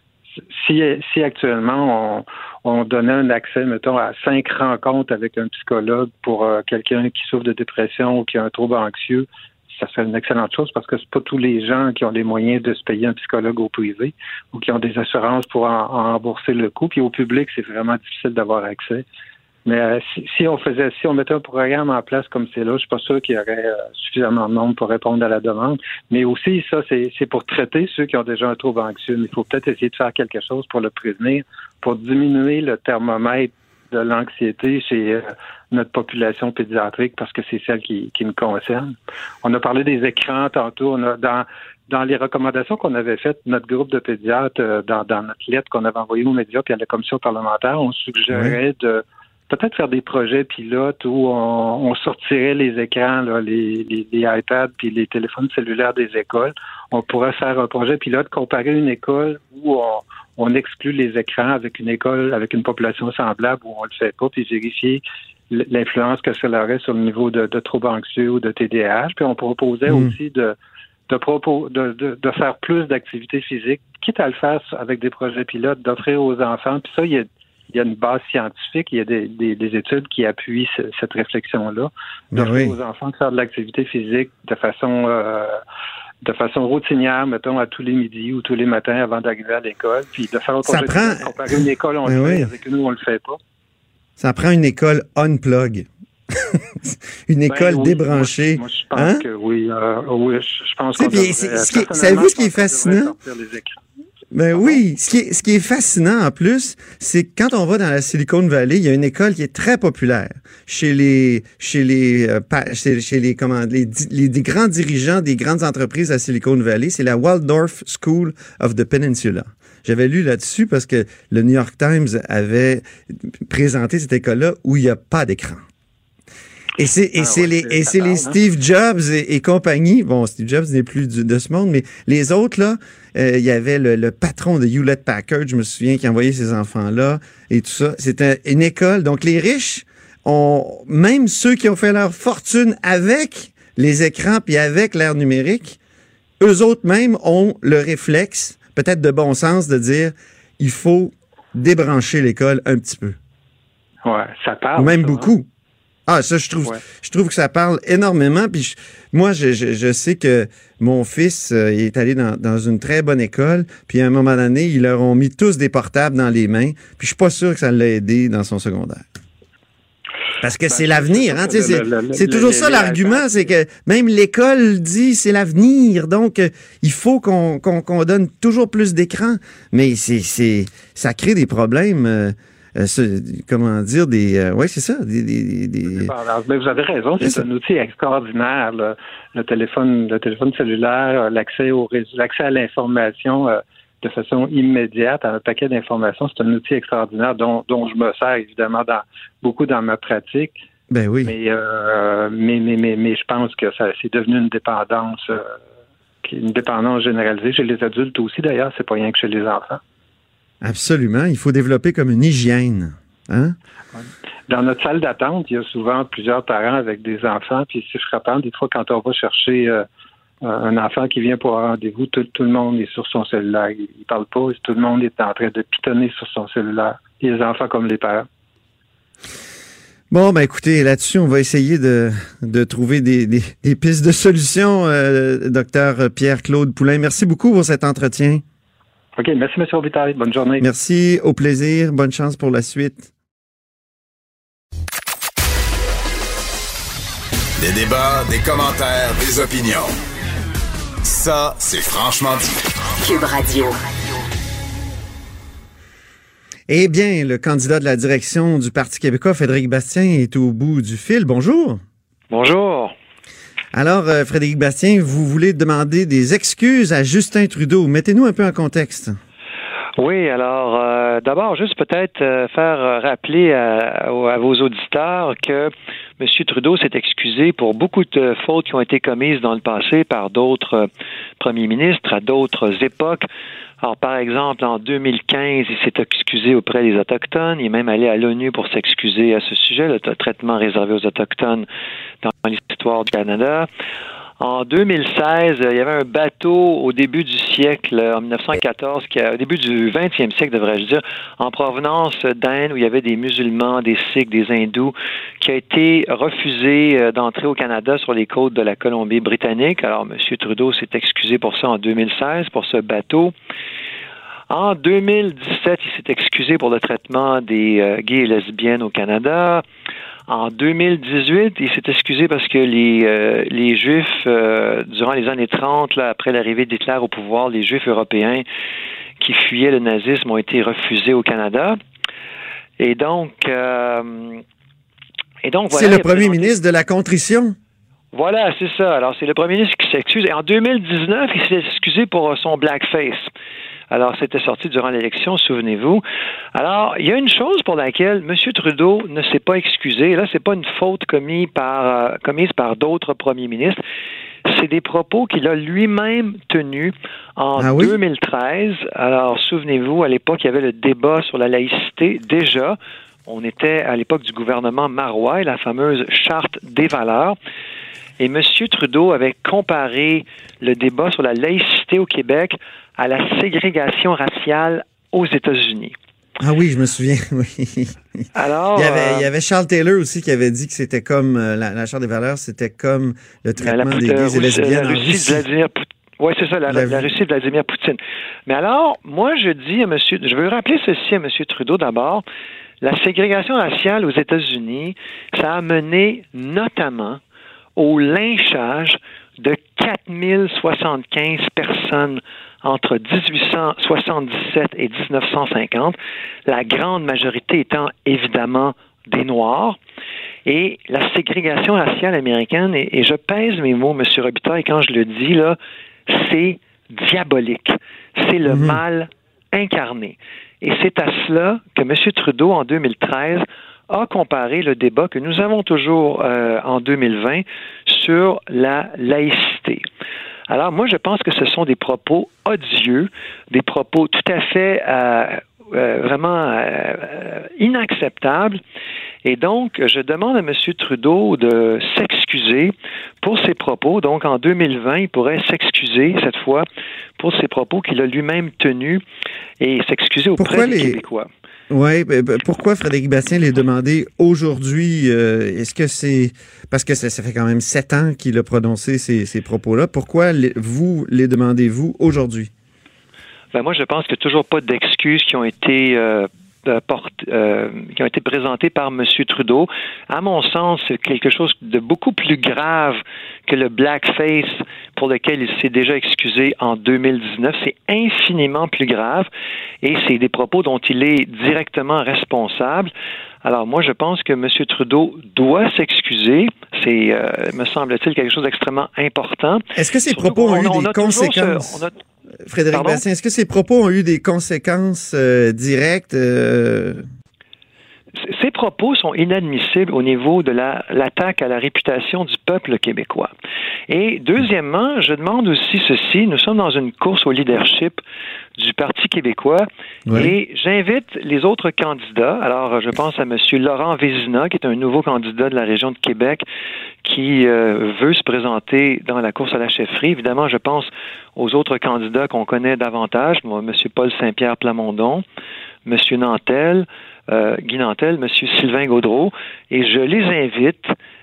Si actuellement on donnait un accès, mettons, à 5 rencontres avec un psychologue pour quelqu'un qui souffre de dépression ou qui a un trouble anxieux, ça serait une excellente chose parce que c'est pas tous les gens qui ont les moyens de se payer un psychologue au privé ou qui ont des assurances pour en rembourser le coût. Puis au public, c'est vraiment difficile d'avoir accès. Mais si on mettait un programme en place comme c'est là, je suis pas sûr qu'il y aurait suffisamment de monde pour répondre à la demande. Mais aussi, ça, c'est pour traiter ceux qui ont déjà un trouble anxieux. Mais il faut peut-être essayer de faire quelque chose pour le prévenir, pour diminuer le thermomètre de l'anxiété chez notre population pédiatrique, parce que c'est celle qui nous concerne. On a parlé des écrans tantôt. On a dans les recommandations qu'on avait faites, notre groupe de pédiatres, dans notre lettre qu'on avait envoyée aux médias puis à la commission parlementaire, on suggérait de peut-être faire des projets pilotes où on sortirait les écrans, là, les iPads puis les téléphones cellulaires des écoles. On pourrait faire un projet pilote, comparer une école où on exclut les écrans avec une école, avec une population semblable où on le fait pas, puis vérifier l'influence que ça aurait sur le niveau de troubles anxieux ou de TDAH. Puis on proposait aussi de faire plus d'activités physiques, quitte à le faire avec des projets pilotes, d'offrir aux enfants. Puis ça, il y a une base scientifique, il y a des études qui appuient cette réflexion-là, d'offrir aux enfants de faire de l'activité physique de façon routinière, mettons, à tous les midis ou tous les matins avant d'arriver à l'école, puis de faire comparer une école, on le fait, avec nous, on le fait pas. Ça prend une école unplug. Une école débranchée. Moi, je pense que oui. Je pense que savez-vous ce qui est fascinant? Ben oui, ce qui est fascinant en plus, c'est que quand on va dans la Silicon Valley, il y a une école qui est très populaire chez les grands dirigeants des grandes entreprises à Silicon Valley, c'est la Waldorf School of the Peninsula. J'avais lu là-dessus parce que le New York Times avait présenté cette école-là où il n'y a pas d'écran. Et c'est les Steve Jobs et compagnie. Bon, Steve Jobs n'est plus de ce monde, mais les autres, là, il y avait le patron de Hewlett-Packard, je me souviens, qui envoyait ses enfants là et tout ça. C'était une école. Donc, les riches même ceux qui ont fait leur fortune avec les écrans puis avec l'ère numérique, eux autres même ont le réflexe, peut-être de bon sens, de dire il faut débrancher l'école un petit peu. Ouais, ça parle. Ou même beaucoup. Ah, ça, je trouve que ça parle énormément. Puis moi, je sais que mon fils il est allé dans une très bonne école. Puis à un moment donné, ils leur ont mis tous des portables dans les mains. Puis je suis pas sûr que ça l'a aidé dans son secondaire. Parce que c'est l'avenir, hein. C'est toujours ça l'argument, c'est que même l'école dit c'est l'avenir. Donc, il faut qu'on donne toujours plus d'écran. Mais ça crée des problèmes. Comment dire, c'est ça. Mais vous avez raison, c'est un outil extraordinaire, le téléphone cellulaire, l'accès au réseau, l'accès à l'information de façon immédiate, à un paquet d'informations, c'est un outil extraordinaire dont je me sers évidemment beaucoup dans ma pratique. Ben oui. Mais je pense que c'est devenu une dépendance généralisée chez les adultes aussi. D'ailleurs, c'est pas rien que chez les enfants. Absolument. Il faut développer comme une hygiène. Hein? Dans notre salle d'attente, il y a souvent plusieurs parents avec des enfants. Puis c'est frappant, des fois, quand on va chercher un enfant qui vient pour un rendez-vous, tout le monde est sur son cellulaire. Il parle pas, tout le monde est en train de pitonner sur son cellulaire. Les enfants comme les parents. Bon, ben écoutez, là-dessus, on va essayer de trouver des pistes de solutions. Docteur Pierre-Claude Poulain, merci beaucoup pour cet entretien. OK, merci, M. Robitaille. Bonne journée. Merci, au plaisir. Bonne chance pour la suite. Des débats, des commentaires, des opinions. Ça, c'est franchement dit. Cube Radio. Eh bien, le candidat de la direction du Parti québécois, Frédéric Bastien, est au bout du fil. Bonjour. Bonjour. Alors, Frédéric Bastien, vous voulez demander des excuses à Justin Trudeau. Mettez-nous un peu en contexte. Oui, alors d'abord, juste peut-être faire rappeler à vos auditeurs que M. Trudeau s'est excusé pour beaucoup de fautes qui ont été commises dans le passé par d'autres premiers ministres à d'autres époques. Alors, par exemple, en 2015, il s'est excusé auprès des Autochtones. Il est même allé à l'ONU pour s'excuser à ce sujet, le traitement réservé aux Autochtones dans l'histoire du Canada. En 2016, il y avait un bateau au début du siècle, en 1914, au début du 20e siècle, devrais-je dire, en provenance d'Inde, où il y avait des musulmans, des Sikhs, des hindous, qui a été refusé d'entrer au Canada sur les côtes de la Colombie-Britannique. Alors, M. Trudeau s'est excusé pour ça en 2016, pour ce bateau. En 2017, il s'est excusé pour le traitement des gays et lesbiennes au Canada. En 2018, il s'est excusé parce que les Juifs, durant les années 30, là, après l'arrivée d'Hitler au pouvoir, les Juifs européens qui fuyaient le nazisme ont été refusés au Canada. Et donc voilà. C'est le premier ministre de la contrition. Voilà, c'est ça. Alors, c'est le premier ministre qui s'excuse. Et en 2019, il s'est excusé pour son blackface. Alors, c'était sorti durant l'élection, souvenez-vous. Alors, il y a une chose pour laquelle M. Trudeau ne s'est pas excusé. Là, c'est pas une faute commise par d'autres premiers ministres. C'est des propos qu'il a lui-même tenus en 2013. Alors, souvenez-vous, à l'époque, il y avait le débat sur la laïcité. Déjà, on était à l'époque du gouvernement Marois, la fameuse Charte des valeurs. Et M. Trudeau avait comparé le débat sur la laïcité au Québec à la ségrégation raciale aux États-Unis. Ah oui, je me souviens, oui. Alors, il y avait Charles Taylor aussi qui avait dit que c'était comme la Charte des valeurs, c'était comme le traitement des gays et lesbiennes en Russie. Oui, c'est ça, la Russie de Vladimir Poutine. Mais alors, moi, je veux rappeler ceci à M. Trudeau d'abord. La ségrégation raciale aux États-Unis, ça a mené notamment au lynchage de 4075 personnes entre 1877 et 1950, la grande majorité étant évidemment des Noirs. Et la ségrégation raciale américaine, et je pèse mes mots, M. Robitaille, quand je le dis, là, c'est diabolique. C'est le mal incarné. Et c'est à cela que M. Trudeau, en 2013, a comparé le débat que nous avons toujours en 2020 sur la laïcité. Alors, moi, je pense que ce sont des propos odieux, des propos tout à fait vraiment inacceptables. Et donc, je demande à M. Trudeau de s'excuser pour ses propos. Donc, en 2020, il pourrait s'excuser, cette fois, pour ses propos qu'il a lui-même tenus et s'excuser auprès des Québécois. Oui, pourquoi Frédéric Bastien les demandé aujourd'hui? Est-ce que c'est... Parce que ça fait quand même 7 ans qu'il a prononcé ces propos-là. Pourquoi vous les demandez-vous aujourd'hui? Ben moi, je pense qu'il n'y a toujours pas d'excuses qui ont été présentées par M. Trudeau. À mon sens, c'est quelque chose de beaucoup plus grave que le blackface pour lequel il s'est déjà excusé en 2019. C'est infiniment plus grave et c'est des propos dont il est directement responsable. Alors moi, je pense que M. Trudeau doit s'excuser. C'est, me semble-t-il, quelque chose d'extrêmement important. Est-ce que ces propos ont eu des conséquences? Frédéric Bastien, est-ce que ces propos ont eu des conséquences directes? Ces propos sont inadmissibles au niveau de l'attaque à la réputation du peuple québécois. Et deuxièmement, je demande aussi ceci, nous sommes dans une course au leadership du Parti québécois et j'invite les autres candidats, alors je pense à M. Laurent Vézina, qui est un nouveau candidat de la région de Québec qui veut se présenter dans la course à la chefferie. Évidemment, je pense aux autres candidats qu'on connaît davantage, moi, M. Paul Saint-Pierre Plamondon, M. Nantel, Guy Nantel, M. Sylvain Gaudreault, et je les invite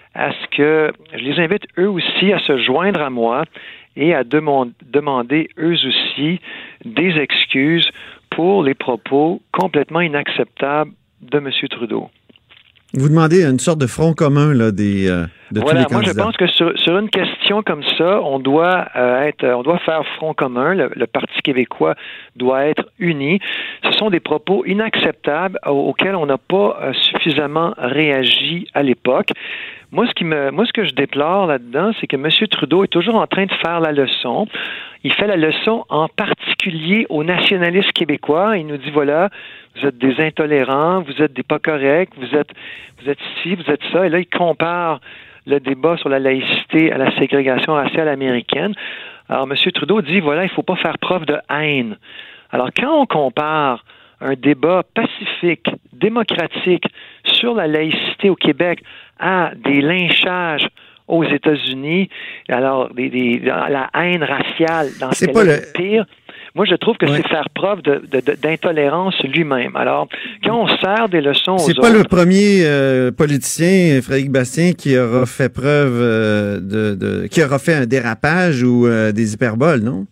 eux aussi à se joindre à moi et à demander eux aussi des excuses pour les propos complètement inacceptables de M. Trudeau. Vous demandez une sorte de front commun là, de tous les candidats. Moi je pense que sur une question comme ça, on doit faire front commun. Le Parti québécois doit être uni. Ce sont des propos inacceptables auxquels on n'a pas suffisamment réagi à l'époque. Moi, ce que je déplore là-dedans, c'est que M. Trudeau est toujours en train de faire la leçon. Il fait la leçon en particulier aux nationalistes québécois. Il nous dit, voilà, vous êtes des intolérants, vous êtes des pas corrects, vous êtes ci, vous êtes ça. Et là, il compare le débat sur la laïcité à la ségrégation raciale américaine. Alors, M. Trudeau dit, voilà, il ne faut pas faire preuve de haine. Alors, quand on compare un débat pacifique, démocratique sur la laïcité au Québec à des lynchages aux États-Unis, alors la haine raciale dans ce cas-là, pire, moi je trouve que c'est faire preuve d'intolérance lui-même. Alors, quand on sert des leçons aux autres... C'est pas le premier politicien, Frédéric Bastien, qui aura fait preuve qui aura fait un dérapage ou des hyperboles, non?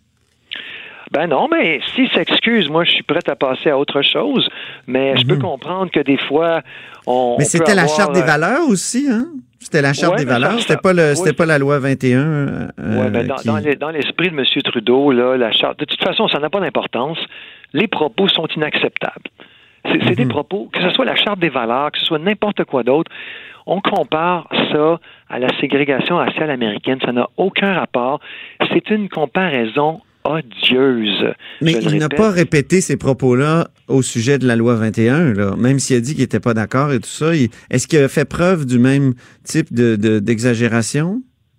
Ben non, mais s'il s'excuse, moi, je suis prêt à passer à autre chose. Mais je peux comprendre que des fois, Mais c'était la Charte des valeurs aussi, hein? C'était la Charte des valeurs, c'était pas la loi 21. Oui, ben dans l'esprit de M. Trudeau, là, la Charte, de toute façon, ça n'a pas d'importance. Les propos sont inacceptables. C'est des propos, que ce soit la Charte des valeurs, que ce soit n'importe quoi d'autre, on compare ça à la ségrégation raciale américaine. Ça n'a aucun rapport. C'est une comparaison odieuse. Mais il n'a pas répété ces propos-là au sujet de la loi 21, là, même s'il a dit qu'il n'était pas d'accord et tout ça. Est-ce qu'il a fait preuve du même type d'exagération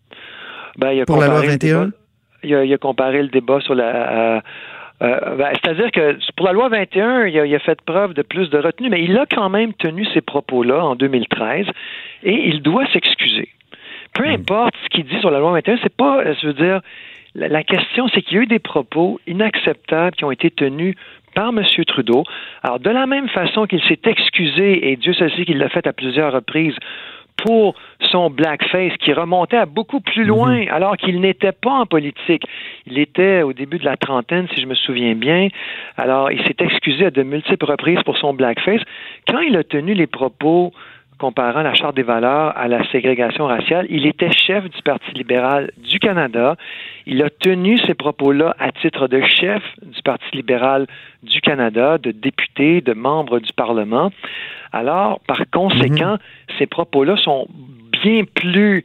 pour la loi 21? Il a comparé le débat sur la... c'est-à-dire que pour la loi 21, il a fait preuve de plus de retenue, mais il a quand même tenu ces propos-là en 2013 et il doit s'excuser. Peu importe ce qu'il dit sur la loi 21, c'est pas, je veux dire, la question, c'est qu'il y a eu des propos inacceptables qui ont été tenus par M. Trudeau. Alors, de la même façon qu'il s'est excusé, et Dieu sait qu'il l'a fait à plusieurs reprises, pour son blackface qui remontait à beaucoup plus loin, alors qu'il n'était pas en politique. Il était au début de la trentaine, si je me souviens bien. Alors, il s'est excusé à de multiples reprises pour son blackface. Quand il a tenu les propos comparant la Charte des valeurs à la ségrégation raciale, il était chef du Parti libéral du Canada. Il a tenu ces propos-là à titre de chef du Parti libéral du Canada, de député, de membre du Parlement. Alors, par conséquent, ces propos-là sont bien plus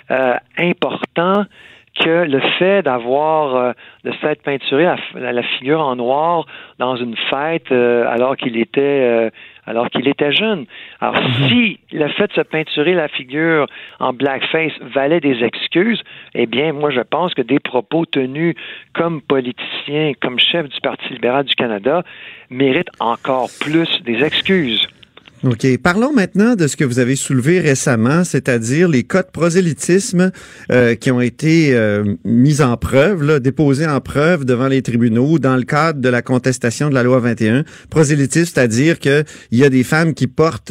importants que le fait de s'être peinturé la figure en noir dans une fête alors qu'il était jeune. Alors, si le fait de se peinturer la figure en blackface valait des excuses, eh bien, moi, je pense que des propos tenus comme politicien, comme chef du Parti libéral du Canada, méritent encore plus des excuses. OK. Parlons maintenant de ce que vous avez soulevé récemment, c'est-à-dire les cas de prosélytisme qui ont été mis en preuve, là, déposés en preuve devant les tribunaux dans le cadre de la contestation de la loi 21. Prosélytisme, c'est-à-dire que il y a des femmes qui portent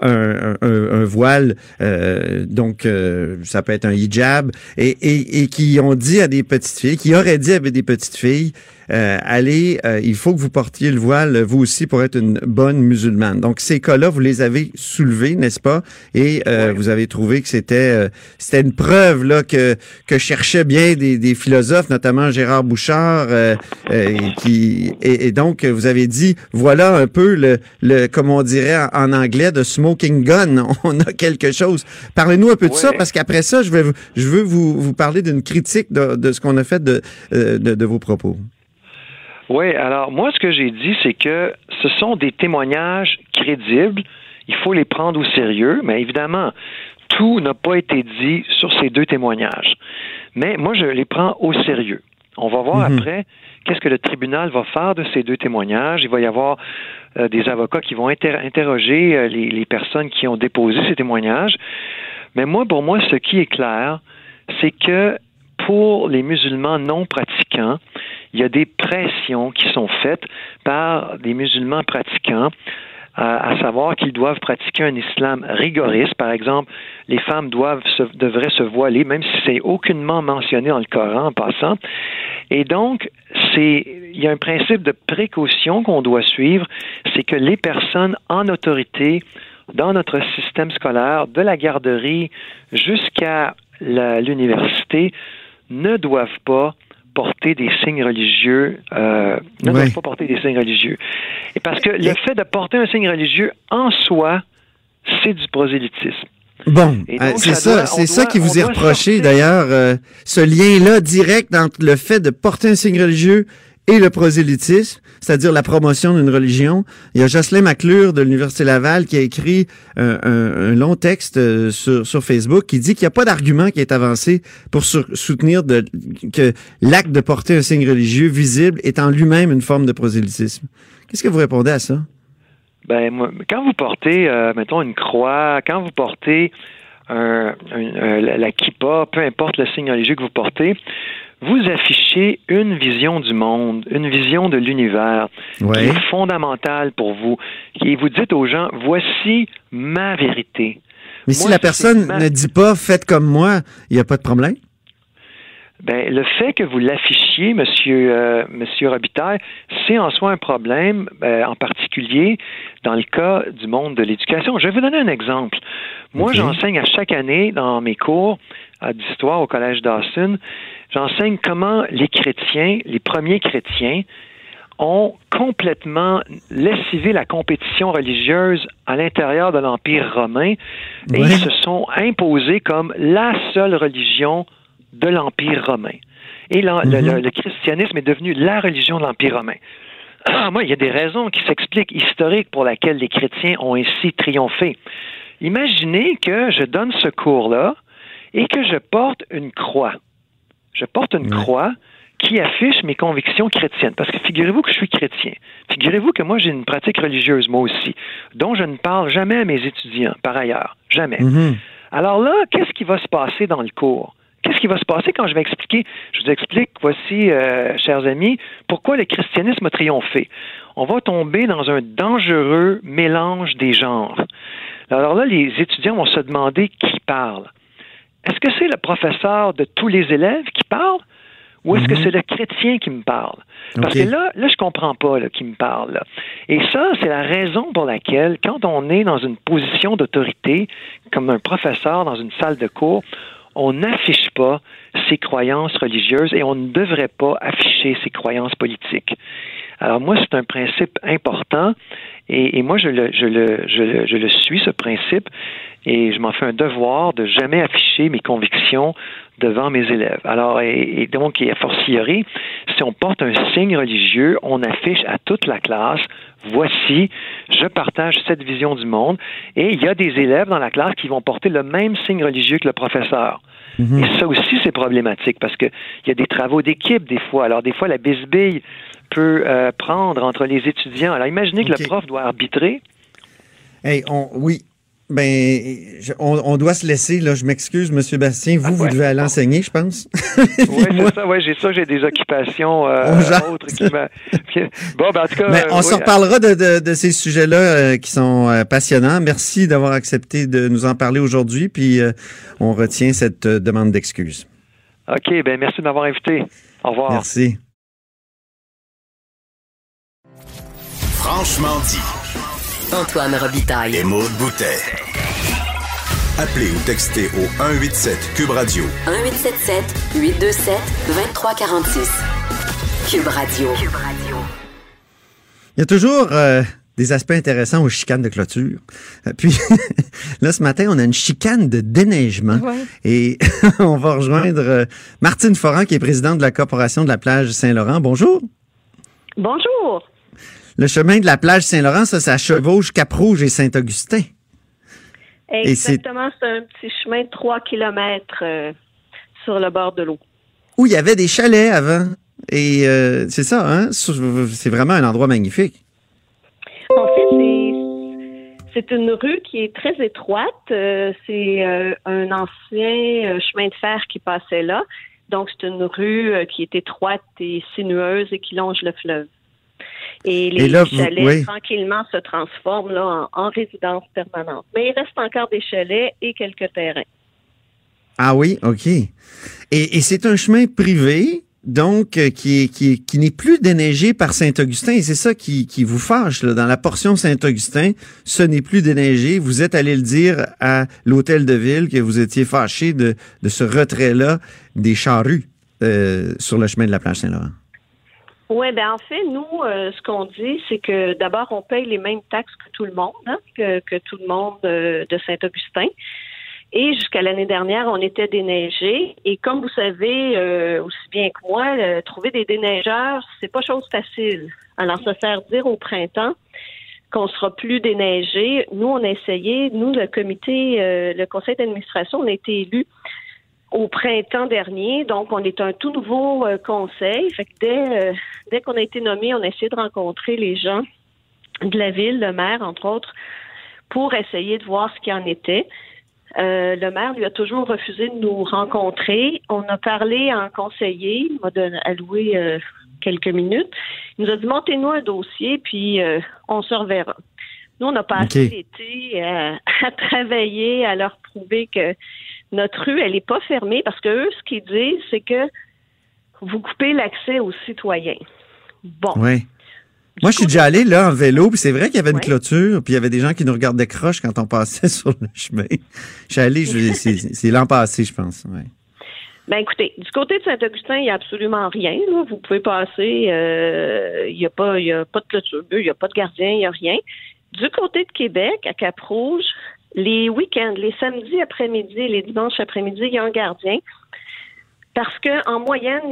un voile, donc ça peut être un hijab, et qui ont dit à des petites filles, qui auraient dit à des petites filles, allez, il faut que vous portiez le voile, vous aussi, pour être une bonne musulmane. Donc, ces cas-là, vous les avez soulevés, n'est-ce pas? Et vous avez trouvé que c'était une preuve là que cherchaient bien des philosophes, notamment Gérard Bouchard, et donc, vous avez dit, voilà un peu le comme on dirait en anglais, de smoking gun. On a quelque chose. Parlez-nous un peu de ça, parce qu'après ça, je veux vous parler d'une critique de ce qu'on a fait de vos propos. Oui, alors moi, ce que j'ai dit, c'est que ce sont des témoignages crédibles. Il faut les prendre au sérieux, mais évidemment, tout n'a pas été dit sur ces deux témoignages. Mais moi, je les prends au sérieux. On va voir après qu'est-ce que le tribunal va faire de ces deux témoignages. Il va y avoir des avocats qui vont interroger les personnes qui ont déposé ces témoignages. Mais pour moi, ce qui est clair, c'est que pour les musulmans non pratiquants, il y a des pressions qui sont faites par des musulmans pratiquants, à savoir qu'ils doivent pratiquer un islam rigoriste. Par exemple, les femmes devraient se voiler, même si c'est aucunement mentionné dans le Coran en passant. Et donc, il y a un principe de précaution qu'on doit suivre, c'est que les personnes en autorité dans notre système scolaire, de la garderie jusqu'à l'université, ne doivent pas porter des signes religieux, doivent pas porter des signes religieux. Et parce que le fait de porter un signe religieux en soi, c'est du prosélytisme. Bon, c'est ça qui vous est reproché d'ailleurs, ce lien-là direct entre le fait de porter un signe religieux et le prosélytisme, c'est-à-dire la promotion d'une religion. Il y a Jocelyn McClure de l'Université Laval qui a écrit un long texte sur Facebook qui dit qu'il n'y a pas d'argument qui est avancé pour soutenir que l'acte de porter un signe religieux visible est en lui-même une forme de prosélytisme. Qu'est-ce que vous répondez à ça? Ben, moi, quand vous portez, mettons, une croix, quand vous portez la kippa, peu importe le signe religieux que vous portez, vous affichez une vision du monde, une vision de l'univers qui est fondamentale pour vous. Et vous dites aux gens, voici ma vérité. Mais si la personne ne dit pas, faites comme moi, il n'y a pas de problème? Ben, le fait que vous l'affichiez, Monsieur Robitaille, c'est en soi un problème, en particulier dans le cas du monde de l'éducation. Je vais vous donner un exemple. Moi, j'enseigne à chaque année dans mes cours d'histoire au Collège Dawson, j'enseigne comment les chrétiens, les premiers chrétiens, ont complètement lessivé la compétition religieuse à l'intérieur de l'Empire romain et ils se sont imposés comme la seule religion de l'Empire romain. Et le christianisme est devenu la religion de l'Empire romain. Moi, il y a des raisons qui s'expliquent historiques pour lesquelles les chrétiens ont ainsi triomphé. Imaginez que je donne ce cours-là et que je porte une croix. Je porte une croix qui affiche mes convictions chrétiennes. Parce que figurez-vous que je suis chrétien. Figurez-vous que moi, j'ai une pratique religieuse, moi aussi, dont je ne parle jamais à mes étudiants, par ailleurs. Jamais. Alors là, qu'est-ce qui va se passer dans le cours? Qu'est-ce qui va se passer quand je vais expliquer? Je vous explique, voici, chers amis, pourquoi le christianisme a triomphé. On va tomber dans un dangereux mélange des genres. Alors là, les étudiants vont se demander qui parle. Est-ce que c'est le professeur de tous les élèves qui parle ou est-ce que c'est le chrétien qui me parle? Parce que là, je comprends pas qui me parle. Là. Et ça, c'est la raison pour laquelle, quand on est dans une position d'autorité, comme un professeur dans une salle de cours, on n'affiche pas ses croyances religieuses et on ne devrait pas afficher ses croyances politiques. Alors moi, c'est un principe important et moi, je le suis, ce principe, et je m'en fais un devoir de jamais afficher mes convictions devant mes élèves. Alors, et donc, et a fortiori, si on porte un signe religieux, on affiche à toute la classe, voici, je partage cette vision du monde, et il y a des élèves dans la classe qui vont porter le même signe religieux que le professeur. Et ça aussi, c'est problématique, parce que il y a des travaux d'équipe, des fois. Alors, des fois, la bisbille peut prendre entre les étudiants. Alors, imaginez que le prof doit arbitrer. Hey, on doit se laisser, là. Je m'excuse, M. Bastien. Vous devez aller enseigner, je pense. Oui, c'est ça. Oui, j'ai des occupations autres qui Bon, ben, en tout cas. Mais on se reparlera de ces sujets-là qui sont passionnants. Merci d'avoir accepté de nous en parler aujourd'hui. Puis, on retient cette demande d'excuses. OK, ben merci de m'avoir invité. Au revoir. Merci. Franchement dit. Antoine Robitaille et Maude Boutet. Appelez ou textez au 187 Cube Radio. 1877 827 2346. Cube Radio. Il y a toujours des aspects intéressants aux chicanes de clôture. Puis là, ce matin, on a une chicane de déneigement. Et on va rejoindre Martine Foran, qui est présidente de la Corporation de la plage Saint-Laurent. Bonjour. Bonjour. Le chemin de la plage Saint-Laurent, ça chevauche Cap-Rouge et Saint-Augustin. Exactement, c'est un petit chemin de 3 kilomètres sur le bord de l'eau. Où il y avait des chalets avant. Et c'est ça, hein? C'est vraiment un endroit magnifique. En fait, c'est une rue qui est très étroite. C'est un ancien chemin de fer qui passait là. Donc, c'est une rue qui est étroite et sinueuse et qui longe le fleuve. Et les chalets, tranquillement, se transforment là, en résidence permanente. Mais il reste encore des chalets et quelques terrains. Ah oui, OK. Et c'est un chemin privé, donc, qui n'est plus déneigé par Saint-Augustin. Et c'est ça qui vous fâche, là. Dans la portion Saint-Augustin, ce n'est plus déneigé. Vous êtes allé le dire à l'hôtel de ville que vous étiez fâché de ce retrait-là des charrues sur le chemin de la plage Saint-Laurent. Oui, bien en fait, nous, ce qu'on dit, c'est que d'abord, on paye les mêmes taxes que tout le monde, que tout le monde de Saint-Augustin. Et jusqu'à l'année dernière, on était déneigé. Et comme vous savez aussi bien que moi, trouver des déneigeurs, c'est pas chose facile. Alors, ça sert dire au printemps qu'on sera plus déneigé. Nous, on a essayé. Nous, le comité, le conseil d'administration, on a été élus au printemps dernier. Donc, on est un tout nouveau conseil. Fait que dès qu'on a été nommé, on a essayé de rencontrer les gens de la ville, le maire, entre autres, pour essayer de voir ce qu'il en était. Le maire lui a toujours refusé de nous rencontrer. On a parlé en conseiller, il m'a alloué quelques minutes. Il nous a dit, montez-nous un dossier, puis on se reverra. Nous, on a passé l'été à travailler, à leur prouver que notre rue, elle n'est pas fermée, parce que eux, ce qu'ils disent, c'est que vous coupez l'accès aux citoyens. Bon. Oui. Moi, je suis déjà allé là en vélo, puis c'est vrai qu'il y avait une clôture, puis il y avait des gens qui nous regardaient croche quand on passait sur le chemin. Je suis allé, c'est l'an passé, je pense. Ouais. Ben écoutez, du côté de Saint-Augustin, il n'y a absolument rien. Là. Vous pouvez passer, il n'y a pas de clôture, il n'y a pas de gardien, il n'y a rien. Du côté de Québec, à Cap-Rouge, les week-ends, les samedis après-midi et les dimanches après-midi, il y a un gardien. Parce que en moyenne,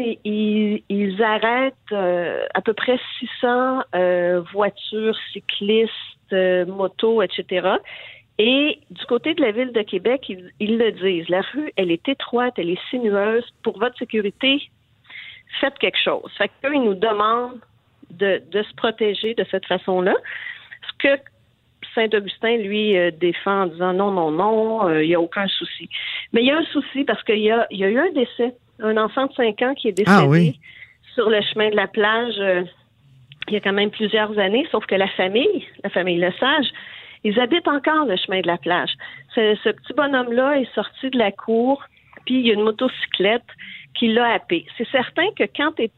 ils arrêtent à peu près 600 voitures, cyclistes, motos, etc. Et du côté de la ville de Québec, ils le disent. La rue, elle est étroite, elle est sinueuse. Pour votre sécurité, faites quelque chose. Fait qu'eux, ils nous demandent de se protéger de cette façon-là. Ce que Saint-Augustin, lui, défend en disant non, il n'y a aucun souci. Mais il y a un souci parce qu'il y a eu un décès. Un enfant de 5 ans qui est décédé sur le chemin de la plage il y a quand même plusieurs années, sauf que la famille Lesage, ils habitent encore le chemin de la plage. Ce petit bonhomme-là est sorti de la cour, puis il y a une motocyclette qui l'a happé. C'est certain que quand tu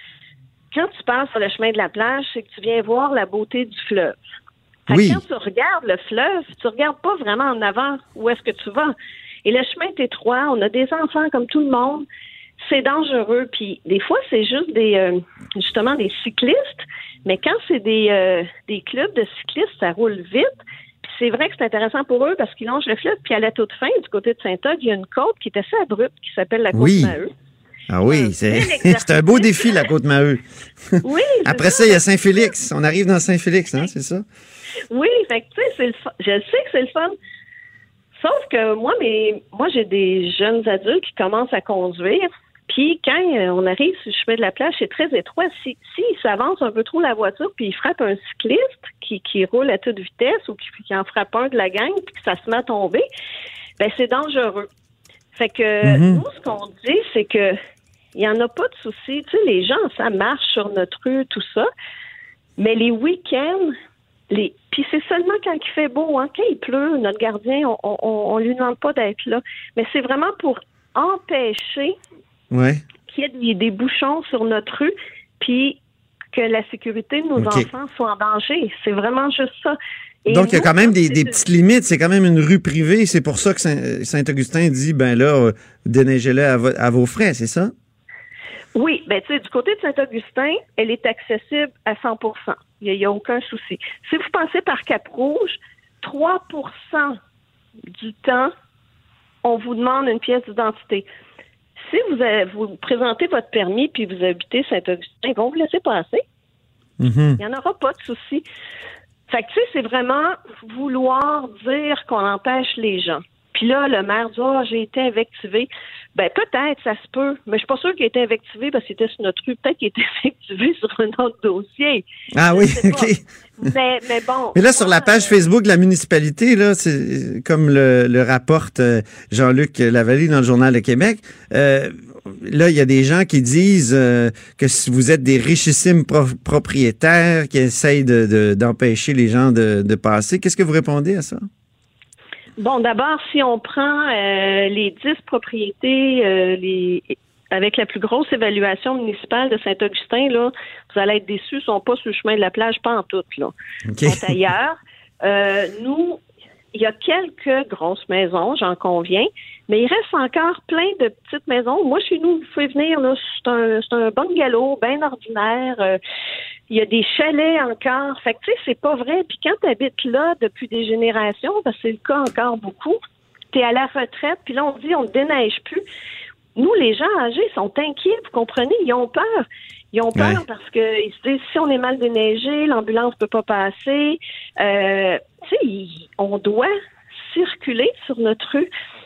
passes sur le chemin de la plage, c'est que tu viens voir la beauté du fleuve. Oui. Quand tu regardes le fleuve, tu regardes pas vraiment en avant où est-ce que tu vas. Et le chemin est étroit, on a des enfants comme tout le monde. C'est dangereux. Puis des fois, c'est juste des cyclistes. Mais quand c'est des clubs de cyclistes, ça roule vite. Puis c'est vrai que c'est intéressant pour eux parce qu'ils longent le fleuve. Puis à la toute fin, du côté de Saint-Og, il y a une côte qui est assez abrupte qui s'appelle la côte Maheu. Ah oui, c'est un beau défi, la côte Maheu. Oui. Après ça, il y a Saint-Félix. On arrive dans Saint-Félix, hein, c'est ça? Oui, fait que tu sais, je sais que c'est le fun. Sauf que moi, j'ai des jeunes adultes qui commencent à conduire. Puis quand on arrive sur le chemin de la plage, c'est très étroit. S'ils s'avancent un peu trop la voiture, puis ils frappent un cycliste qui roule à toute vitesse ou qui en frappe un de la gang, puis que ça se met à tomber, ben c'est dangereux. Fait que nous, ce qu'on dit, c'est que il n'y en a pas de souci. Tu sais, les gens, ça marche sur notre rue, tout ça. Mais les week-ends, puis c'est seulement quand il fait beau, hein. Quand il pleut, notre gardien, on lui demande pas d'être là. Mais c'est vraiment pour empêcher qu'il y ait des bouchons sur notre rue, puis que la sécurité de nos enfants soit en danger. C'est vraiment juste ça. Et donc, il y a quand même des petites limites. C'est quand même une rue privée. C'est pour ça que Saint-Augustin dit, ben là, déneigez-le à vos frais, c'est ça? Oui. Ben tu sais, du côté de Saint-Augustin, elle est accessible à 100%. Il n'y a aucun souci. Si vous passez par Cap-Rouge, 3% du temps, on vous demande une pièce d'identité. Si vous présentez votre permis puis vous habitez Saint-Augustin, ils vont vous laisser passer. Il n'y en aura pas de souci. Fait que, tu sais, c'est vraiment vouloir dire qu'on empêche les gens. Puis là, le maire dit, j'ai été invectivé. Ben, peut-être, ça se peut. Mais je suis pas sûre qu'il a été invectivé parce qu'il était sur notre rue. Peut-être qu'il a été invectivé sur un autre dossier. Ah oui, OK. Mais bon. Mais là, sur la page Facebook de la municipalité, là, c'est comme le rapporte Jean-Luc Lavallée dans le Journal de Québec. Là, il y a des gens qui disent que si vous êtes des richissimes propriétaires qui essayent d'empêcher les gens de passer, qu'est-ce que vous répondez à ça? Bon, d'abord, si on prend les 10 propriétés avec la plus grosse évaluation municipale de Saint-Augustin, là, vous allez être déçus, ils sont pas sur le chemin de la plage, pas en tout, là. Okay. Ils sont ailleurs. Nous, il y a quelques grosses maisons, j'en conviens, mais il reste encore plein de petites maisons. Moi, chez nous, vous pouvez venir, là, c'est un bungalow bien ordinaire. Il y a des chalets encore. Fait que, tu sais, c'est pas vrai. Puis quand tu habites là depuis des générations, parce que c'est le cas encore beaucoup, t'es à la retraite, puis là, on dit on ne déneige plus. Nous, les gens âgés sont inquiets, vous comprenez? Ils ont peur. Ils ont peur parce qu'ils se disent, si on est mal déneigé, l'ambulance ne peut pas passer. On doit circuler sur notre rue.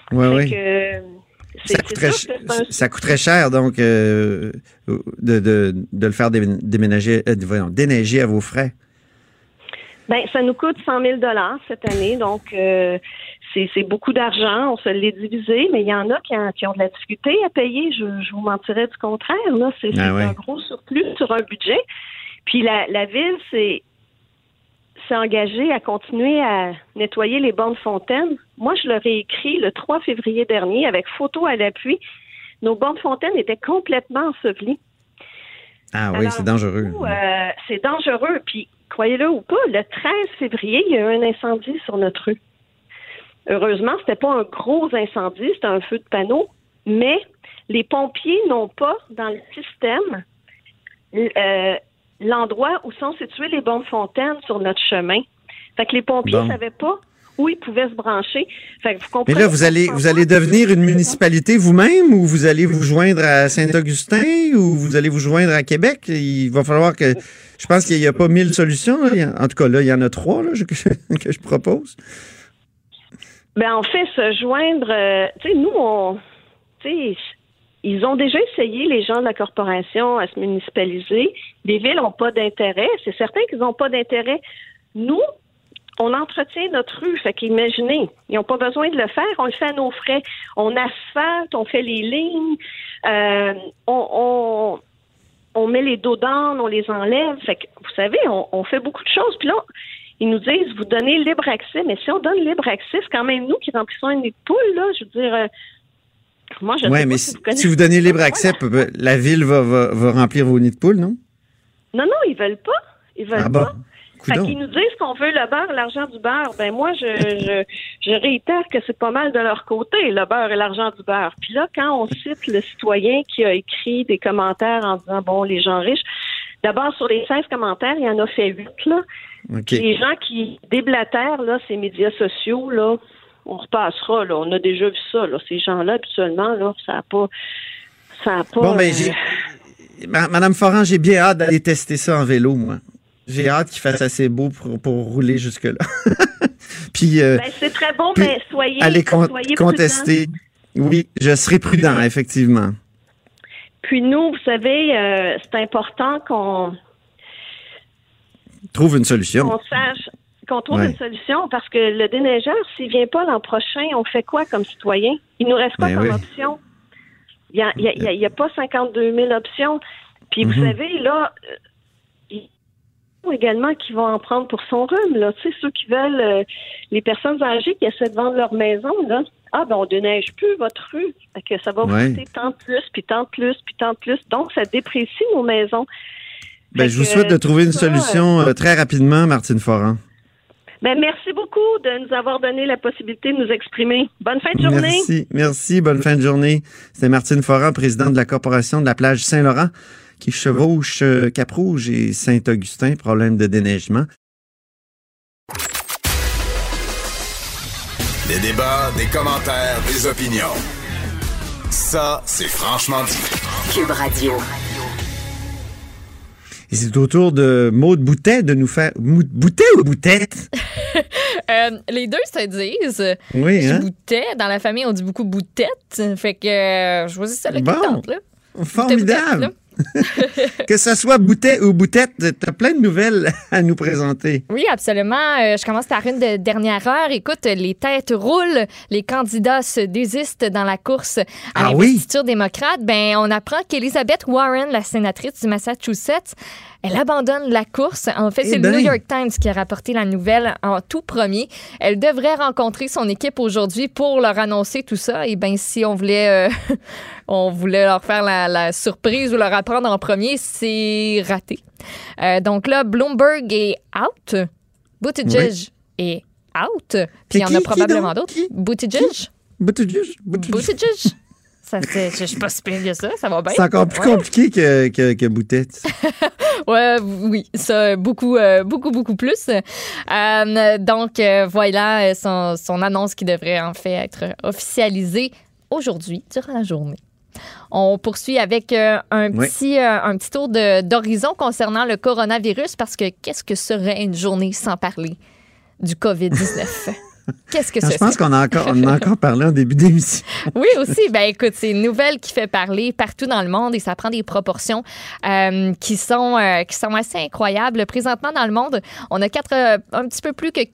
Ça coûterait cher, donc, de le faire déneiger à vos frais. Ben, ça nous coûte 100 000 $ cette année, donc c'est beaucoup d'argent. On se l'est divisé, mais il y en a qui ont de la difficulté à payer. Je vous mentirais du contraire. Là, c'est un gros surplus sur un budget. Puis la ville s'est engagée à continuer à nettoyer les bornes fontaines. Moi, je leur ai écrit le 3 février dernier avec photo à l'appui. Nos bornes fontaines étaient complètement ensevelies. Ah oui, c'est dangereux. C'est dangereux. Puis, croyez-le ou pas, le 13 février, il y a eu un incendie sur notre rue. Heureusement, c'était pas un gros incendie, c'était un feu de panneau, mais les pompiers n'ont pas dans le système l'endroit où sont situées les bornes fontaines sur notre chemin. Fait que les pompiers ne savaient pas où ils pouvaient se brancher. Fait que vous comprenez. Mais là, vous allez devenir une municipalité vous-même, ou vous allez vous joindre à Saint-Augustin, ou vous allez vous joindre à Québec? Il va falloir que... Je pense qu'il n'y a pas 1000 solutions. Là. En tout cas, là, il y en a 3 là, que je propose. Ben, en fait, se joindre... ils ont déjà essayé, les gens de la corporation, à se municipaliser. Les villes n'ont pas d'intérêt. C'est certain qu'ils n'ont pas d'intérêt. Nous, on entretient notre rue. Fait qu'imaginez, ils n'ont pas besoin de le faire. On le fait à nos frais. On asphalte, on fait les lignes. On met les dos d'âne, on les enlève. Fait que, vous savez, on fait beaucoup de choses. Puis là, ils nous disent, vous donnez libre accès. Mais si on donne libre accès, c'est quand même nous qui remplissons un nid de poule, là. Je veux dire... Moi, je sais mais pas si vous donnez libre accès, la ville va remplir vos nids de poules, non? Non, ils veulent pas. Ils veulent pas. Fait qu'ils nous disent qu'on veut le beurre, l'argent du beurre. Ben moi, je réitère que c'est pas mal de leur côté, le beurre et l'argent du beurre. Puis là, quand on cite le citoyen qui a écrit des commentaires en disant, bon, les gens riches, d'abord, sur les 16 commentaires, il y en a fait 8, là. Okay. Les gens qui déblatèrent, là, ces médias sociaux, là, on repassera, là. On a déjà vu ça, là. Ces gens-là, habituellement, là, ça n'a pas... Bon, mais Madame Forand, j'ai bien hâte d'aller tester ça en vélo, moi. J'ai hâte qu'il fasse assez beau pour rouler jusque-là. Puis, c'est très bon, mais soyez contester. Prudent. Oui, je serai prudent, effectivement. Puis nous, vous savez, c'est important qu'on trouve une solution. Qu'on trouve une solution, parce que le déneigeur, s'il vient pas l'an prochain, on fait quoi comme citoyen? Il nous reste quoi comme option? Il y a pas 52 000 options. Puis vous savez, là, il y a également qui vont en prendre pour son rhume, là. Tu sais, ceux qui veulent, les personnes âgées qui essaient de vendre leur maison, là. Ah, ben on déneige plus votre rue. Fait que ça va vous coûter tant de plus, puis tant de plus, puis tant de plus. Donc, ça déprécie nos maisons. Ben, je vous souhaite de trouver une solution très rapidement, Martine Forand. Ben, merci beaucoup de nous avoir donné la possibilité de nous exprimer. Bonne fin de journée. Merci. Bonne fin de journée. C'est Martine Forand, présidente de la Corporation de la plage Saint-Laurent, qui chevauche Cap-Rouge et Saint-Augustin, problème de déneigement. Des débats, des commentaires, des opinions. Ça, c'est franchement dit. Cube Radio. Et c'est au tour de Maude Boutet de nous faire... Boutet ou Boutette? Les deux se disent. Oui, hein? Boutet. Dans la famille, on dit beaucoup Boutette. Fait que je choisis celle-là qui tente, là. Formidable. Que ça soit Boutet ou Boutette, t'as plein de nouvelles à nous présenter. Oui, absolument. Je commence par une de dernière heure. Écoute, les têtes roulent. Les candidats se désistent dans la course à l'investiture démocrate. Ben, on apprend qu'Elizabeth Warren, la sénatrice du Massachusetts, elle abandonne la course. En fait, c'est le New York Times qui a rapporté la nouvelle en tout premier. Elle devrait rencontrer son équipe aujourd'hui pour leur annoncer tout ça. Et bien, si on voulait, leur faire la surprise ou leur apprendre en premier, c'est raté. Donc là, Bloomberg est out. Buttigieg est out. Puis il y en a probablement d'autres. Buttigieg. Je suis pas si pire que ça va bien. C'est encore plus compliqué que Boutette. Ouais, oui, ça, beaucoup plus. Donc, voilà son annonce qui devrait en fait être officialisée aujourd'hui, durant la journée. On poursuit avec un petit tour d'horizon concernant le coronavirus, parce que qu'est-ce que serait une journée sans parler du COVID-19? Qu'est-ce que c'est? Je pense qu'on a encore parlé en début d'émission. Oui, aussi. Ben écoute, c'est une nouvelle qui fait parler partout dans le monde et ça prend des proportions qui sont assez incroyables. Présentement, dans le monde, on a un petit peu plus que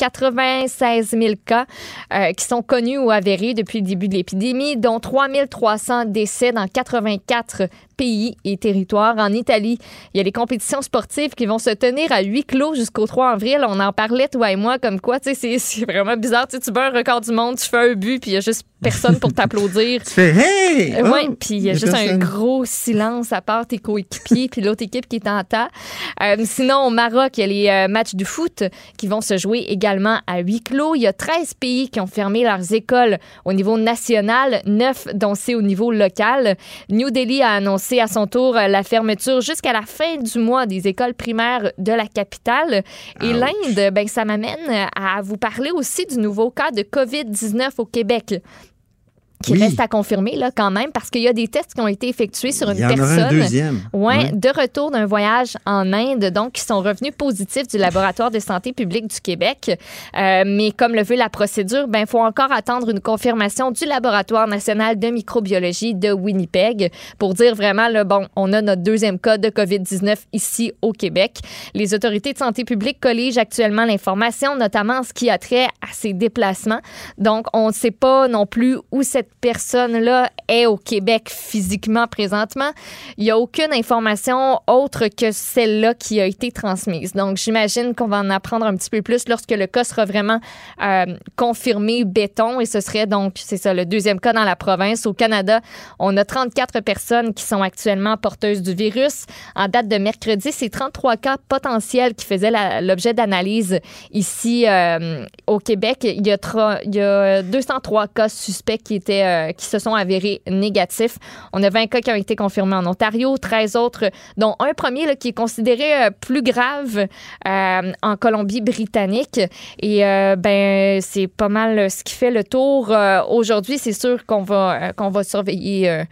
96 000 cas qui sont connus ou avérés depuis le début de l'épidémie, dont 3 300 décès dans 84 pays et territoires. En Italie, il y a les compétitions sportives qui vont se tenir à huis clos jusqu'au 3 avril. On en parlait, toi et moi, comme quoi, tu sais, c'est vraiment bizarre. Tu bats un record du monde, tu fais un but, puis il y a juste personne pour t'applaudir. Tu fais « Hey! » Oui, puis il y a juste un gros silence à part tes coéquipiers puis l'autre équipe qui est en tas. Sinon, au Maroc, il y a les matchs de foot qui vont se jouer également à huis clos. Il y a 13 pays qui ont fermé leurs écoles au niveau national, 9 dont c'est au niveau local. New Delhi a annoncé à son tour la fermeture jusqu'à la fin du mois des écoles primaires de la capitale. Et l'Inde, ben, ça m'amène à vous parler aussi du nouveau cas de COVID-19 au Québec, qui reste à confirmer là, quand même, parce qu'il y a des tests qui ont été effectués sur une personne. Il y en aura un deuxième. De retour d'un voyage en Inde, donc qui sont revenus positifs du laboratoire de santé publique du Québec. Mais comme le veut la procédure, ben il faut encore attendre une confirmation du laboratoire national de microbiologie de Winnipeg pour dire vraiment, là, bon, on a notre deuxième cas de COVID-19 ici au Québec. Les autorités de santé publique colligent actuellement l'information, notamment en ce qui a trait à ses déplacements. Donc, on ne sait pas non plus où cette personne-là est au Québec physiquement présentement. Il n'y a aucune information autre que celle-là qui a été transmise. Donc, j'imagine qu'on va en apprendre un petit peu plus lorsque le cas sera vraiment confirmé béton. Et ce serait donc, c'est ça, le deuxième cas dans la province. Au Canada, on a 34 personnes qui sont actuellement porteuses du virus. En date de mercredi, c'est 33 cas potentiels qui faisaient l'objet d'analyse ici au Québec. Il y a 203 cas suspects qui se sont avérés négatifs. On a 20 cas qui ont été confirmés en Ontario, 13 autres, dont un premier là, qui est considéré plus grave en Colombie-Britannique. Et c'est pas mal ce qui fait le tour. Aujourd'hui, c'est sûr qu'on va surveiller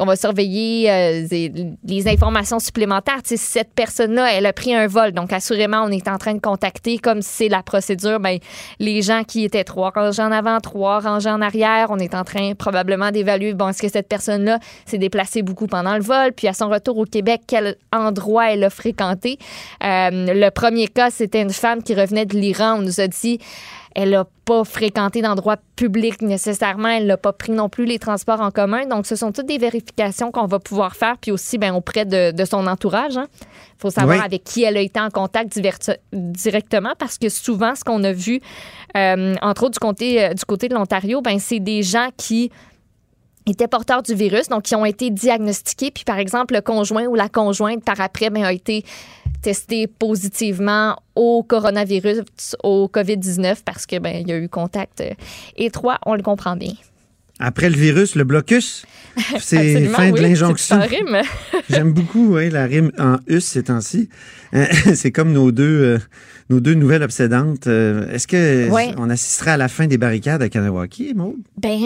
les informations supplémentaires. Tu sais, si cette personne-là, elle a pris un vol, donc assurément, on est en train de contacter, comme c'est la procédure, les gens qui étaient 3 rangées en avant, 3 rangées en arrière. On est en train probablement d'évaluer, est-ce que cette personne-là s'est déplacée beaucoup pendant le vol, puis à son retour au Québec, quel endroit elle a fréquenté. Le premier cas, c'était une femme qui revenait de l'Iran. On nous a dit elle n'a pas fréquenté d'endroits publics nécessairement. Elle n'a pas pris non plus les transports en commun. Donc, ce sont toutes des vérifications qu'on va pouvoir faire, puis aussi auprès de son entourage. Il faut savoir avec qui elle a été en contact directement, parce que souvent, ce qu'on a vu, entre autres du côté de l'Ontario, c'est des gens qui étaient porteurs du virus, donc qui ont été diagnostiqués, puis par exemple, le conjoint ou la conjointe, par après, a été testé positivement au coronavirus, au COVID-19, parce que il y a eu contact étroit, on le comprend bien. Après le virus, le blocus, c'est fin de l'injonction. Ça rime. J'aime beaucoup la rime en « us » ces temps-ci. C'est comme nos deux nouvelles obsédantes. Est-ce qu'on assistera à la fin des barricades à Kanawaki, Maude?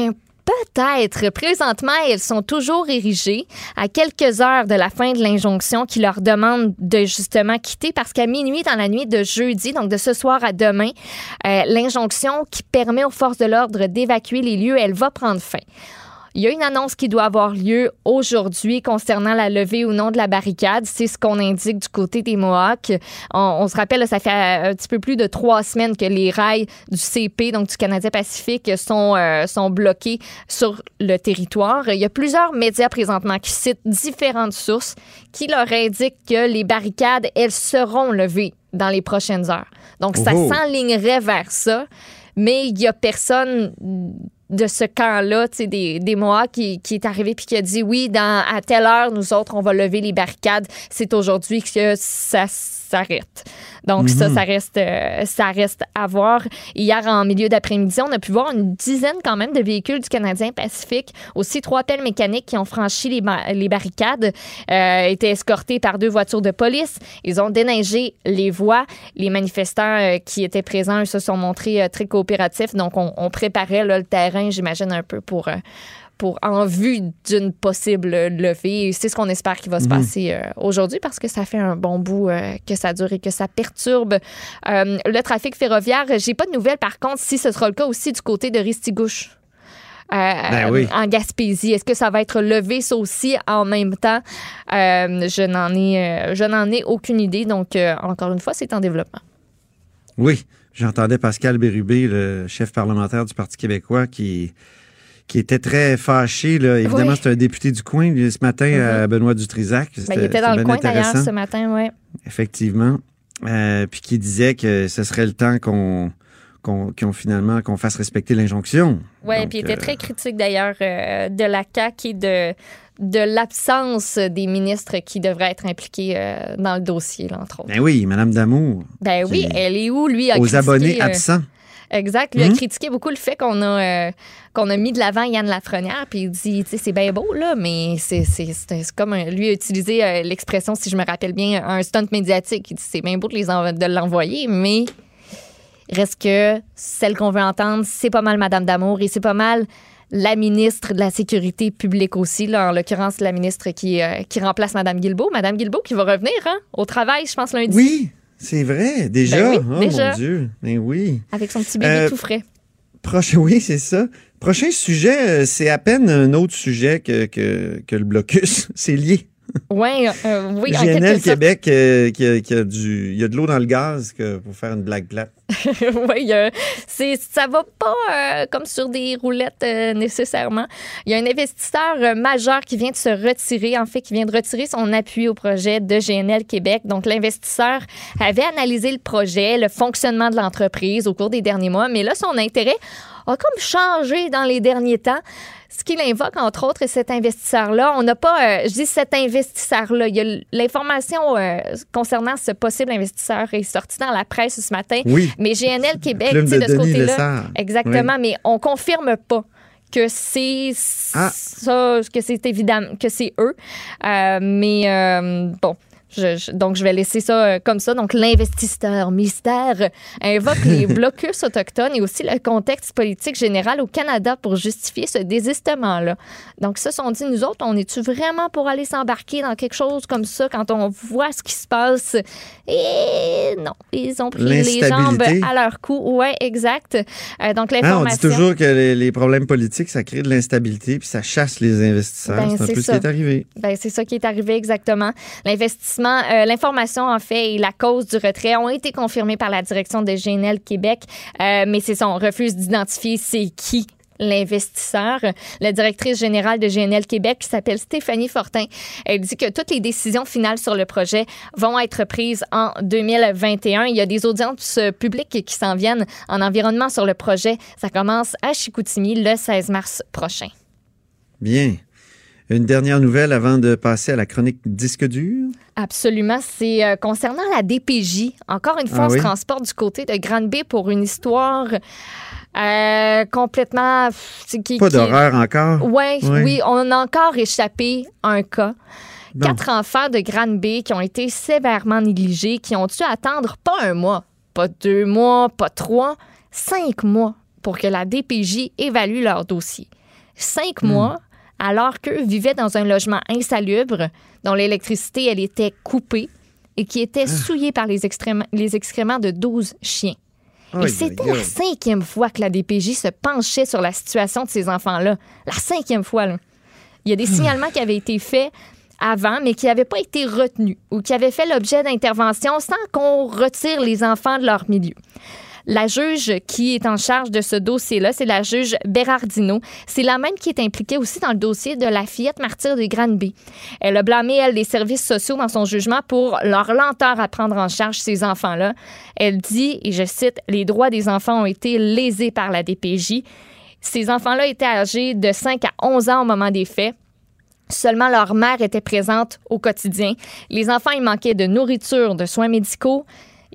Peut-être. Présentement, elles sont toujours érigées à quelques heures de la fin de l'injonction qui leur demande de justement quitter, parce qu'à minuit, dans la nuit de jeudi, donc de ce soir à demain, l'injonction qui permet aux forces de l'ordre d'évacuer les lieux, elle va prendre fin. Il y a une annonce qui doit avoir lieu aujourd'hui concernant la levée ou non de la barricade. C'est ce qu'on indique du côté des Mohawks. On se rappelle, là, ça fait un petit peu plus de 3 semaines que les rails du CP, donc du Canadien Pacifique, sont bloqués sur le territoire. Il y a plusieurs médias présentement qui citent différentes sources qui leur indiquent que les barricades, elles seront levées dans les prochaines heures. Donc, ça s'enlignerait vers ça, mais il n'y a personne de ce camp-là, tu sais, des Mohawks qui est arrivé puis qui a dit oui, à telle heure, nous autres, on va lever les barricades. C'est aujourd'hui que ça s'arrête. Donc, ça reste à voir. Hier, en milieu d'après-midi, on a pu voir une dizaine quand même de véhicules du Canadien Pacifique. Aussi, 3 pelles mécaniques qui ont franchi les barricades, étaient escortés par 2 voitures de police. Ils ont déneigé les voies. Les manifestants qui étaient présents, eux, se sont montrés très coopératifs. Donc, on préparait là, le terrain, j'imagine, un peu pour en vue d'une possible levée. C'est ce qu'on espère qu'il va se passer aujourd'hui parce que ça fait un bon bout que ça dure et que ça perturbe le trafic ferroviaire. J'ai pas de nouvelles, par contre, si ce sera le cas aussi du côté de Ristigouche. En Gaspésie. Est-ce que ça va être levé, ça aussi, en même temps? Je n'en ai aucune idée. Donc, encore une fois, c'est en développement. Oui, j'entendais Pascal Bérubé, le chef parlementaire du Parti québécois, qui était très fâché. Là. Évidemment, c'est un député du coin, ce matin, à Benoît Dutrisac. Il était dans le coin, d'ailleurs, ce matin, oui. Effectivement. Puis qui disait que ce serait le temps qu'on fasse respecter l'injonction. Oui, puis il était très critique, d'ailleurs, de la CAQ et de l'absence des ministres qui devraient être impliqués dans le dossier, là, entre autres. Ben oui, Mme Damour. Ben oui, elle est où, lui, a aux critiqué, abonnés absents. Exact. Lui a critiqué beaucoup le fait qu'on a mis de l'avant Yann Lafrenière, puis il dit, tu sais, c'est bien beau, là, mais c'est comme lui a utilisé l'expression, si je me rappelle bien, un stunt médiatique. Il dit, c'est bien beau de l'envoyer, mais reste que celle qu'on veut entendre, c'est pas mal Mme Damour et c'est pas mal la ministre de la Sécurité publique aussi, là, en l'occurrence la ministre qui remplace Mme Guilbeault. Mme Guilbeault qui va revenir au travail, je pense, lundi. Oui, c'est vrai, déjà. Ben oui, déjà. Mon Dieu, ben oui. Avec son petit bébé tout frais. Oui, c'est ça. Prochain sujet, c'est à peine un autre sujet que le blocus. C'est lié. Oui, GNL Québec, il y a de l'eau dans le gaz pour faire une blague plate. Oui, ça va pas comme sur des roulettes nécessairement. Il y a un investisseur majeur qui vient de se retirer, en fait, qui vient de retirer son appui au projet de GNL Québec. Donc, l'investisseur avait analysé le projet, le fonctionnement de l'entreprise au cours des derniers mois, mais là, son intérêt a comme changé dans les derniers temps. Ce qu'il invoque, entre autres, cet investisseur-là, on n'a pas, je dis cet investisseur-là, il y a l'information concernant ce possible investisseur est sortie dans la presse ce matin, oui. Mais GNL Québec, de ce côté-là, Lessard. exactement, oui. Mais on confirme pas que c'est ça, que c'est évident, que c'est eux, mais bon. Donc, je vais laisser ça comme ça. Donc, l'investisseur mystère invoque les blocus autochtones et aussi le contexte politique général au Canada pour justifier ce désistement-là. Donc, ça, on dit, nous autres, on est-tu vraiment pour aller s'embarquer dans quelque chose comme ça quand on voit ce qui se passe? Et non, ils ont pris les jambes à leur cou. Oui, exact. Donc, l'information... on dit toujours que les problèmes politiques, ça crée de l'instabilité puis ça chasse les investisseurs. C'est un peu ce qui est arrivé. C'est ça qui est arrivé exactement. L'information, en fait, et la cause du retrait ont été confirmées par la direction de GNL Québec, mais c'est ça, on refuse d'identifier c'est qui l'investisseur. La directrice générale de GNL Québec, qui s'appelle Stéphanie Fortin, elle dit que toutes les décisions finales sur le projet vont être prises en 2021. Il y a des audiences publiques qui s'en viennent en environnement sur le projet. Ça commence à Chicoutimi le 16 mars prochain. Bien. Une dernière nouvelle avant de passer à la chronique disque dur? Absolument. C'est concernant la DPJ. Encore une fois, on se transporte du côté de Granby pour une histoire complètement... Pas d'horreur encore? Oui, on a encore échappé à un cas. 4 enfants de Granby qui ont été sévèrement négligés, qui ont dû attendre pas 1 mois, pas 2 mois, pas 3, 5 mois pour que la DPJ évalue leur dossier. 5 mois... alors qu'eux vivaient dans un logement insalubre dont l'électricité, elle était coupée et qui était souillé par les excréments de 12 chiens. Et c'était la 5e fois que la DPJ se penchait sur la situation de ces enfants-là. La 5e fois, là. Il y a des signalements qui avaient été faits avant, mais qui n'avaient pas été retenus ou qui avaient fait l'objet d'interventions sans qu'on retire les enfants de leur milieu. La juge qui est en charge de ce dossier-là, c'est la juge Bérardino. C'est la même qui est impliquée aussi dans le dossier de la fillette martyre de Granby. Elle a blâmé, elle, les services sociaux dans son jugement pour leur lenteur à prendre en charge ces enfants-là. Elle dit, et je cite, « Les droits des enfants ont été lésés par la DPJ. Ces enfants-là étaient âgés de 5 à 11 ans au moment des faits. Seulement leur mère était présente au quotidien. Les enfants, ils manquaient de nourriture, de soins médicaux.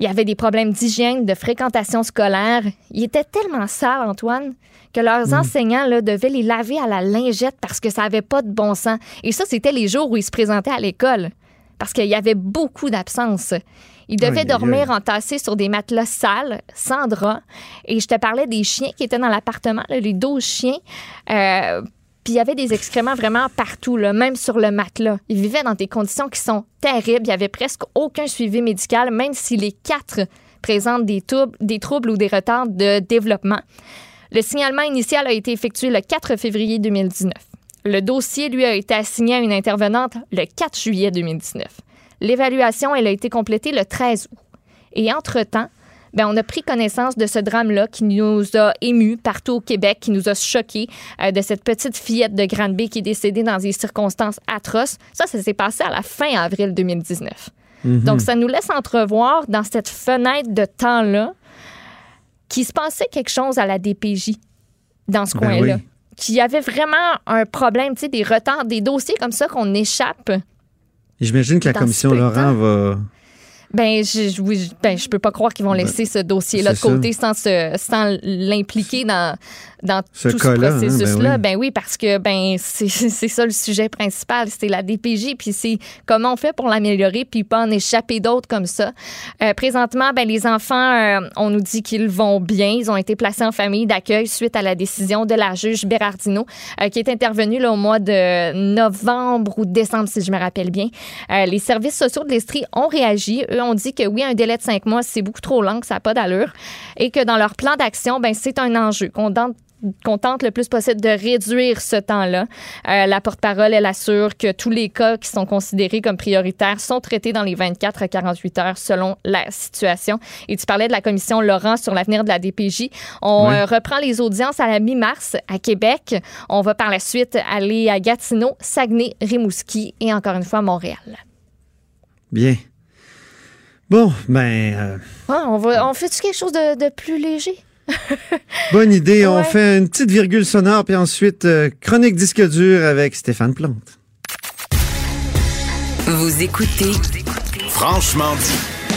Il y avait des problèmes d'hygiène, de fréquentation scolaire. Ils étaient tellement sales, Antoine, que leurs enseignants là, devaient les laver à la lingette parce que ça n'avait pas de bon sens. Et ça, c'était les jours où ils se présentaient à l'école, parce qu'il y avait beaucoup d'absences. Ils devaient dormir entassés sur des matelas sales, sans drap. Et je te parlais des chiens qui étaient dans l'appartement, là, les 12 chiens. Puis il y avait des excréments vraiment partout, là, même sur le matelas. Ils vivaient dans des conditions qui sont terribles. Il n'y avait presque aucun suivi médical, même si les 4 présentent des troubles ou des retards de développement. Le signalement initial a été effectué le 4 février 2019. Le dossier, lui, a été assigné à une intervenante le 4 juillet 2019. L'évaluation, elle a été complétée le 13 août. Et entre-temps, on a pris connaissance de ce drame-là qui nous a émus partout au Québec, qui nous a choqués, de cette petite fillette de Granby qui est décédée dans des circonstances atroces. Ça s'est passé à la fin avril 2019. Donc, ça nous laisse entrevoir dans cette fenêtre de temps-là qu'il se passait quelque chose à la DPJ dans ce coin-là. Oui. Qu'il y avait vraiment un problème, tu sais, des retards, des dossiers comme ça qu'on échappe. J'imagine que la commission Laurent va... je peux pas croire qu'ils vont laisser ce dossier-là de côté sans l'impliquer dans tout ce processus-là. Oui, parce que c'est ça le sujet principal, c'est la DPJ, puis c'est comment on fait pour l'améliorer, puis pas en échapper d'autres comme ça. Présentement, les enfants, on nous dit qu'ils vont bien. Ils ont été placés en famille d'accueil suite à la décision de la juge Bérardino, qui est intervenue là, au mois de novembre ou décembre, si je me rappelle bien. Les services sociaux de l'Estrie ont réagi. Eux ont dit que oui, un délai de 5 mois, c'est beaucoup trop long, que ça n'a pas d'allure, et que dans leur plan d'action, c'est un enjeu, qu'on tente le plus possible de réduire ce temps-là. La porte-parole, elle assure que tous les cas qui sont considérés comme prioritaires sont traités dans les 24 à 48 heures selon la situation. Et tu parlais de la commission Laurent sur l'avenir de la DPJ. On reprend les audiences à la mi-mars à Québec. On va par la suite aller à Gatineau, Saguenay, Rimouski et encore une fois Montréal. Bien. Bon, on fait-tu quelque chose de plus léger? Bonne idée. On fait une petite virgule sonore, puis ensuite, chronique disque dur avec Stéphane Plante. Vous écoutez Franchement dit.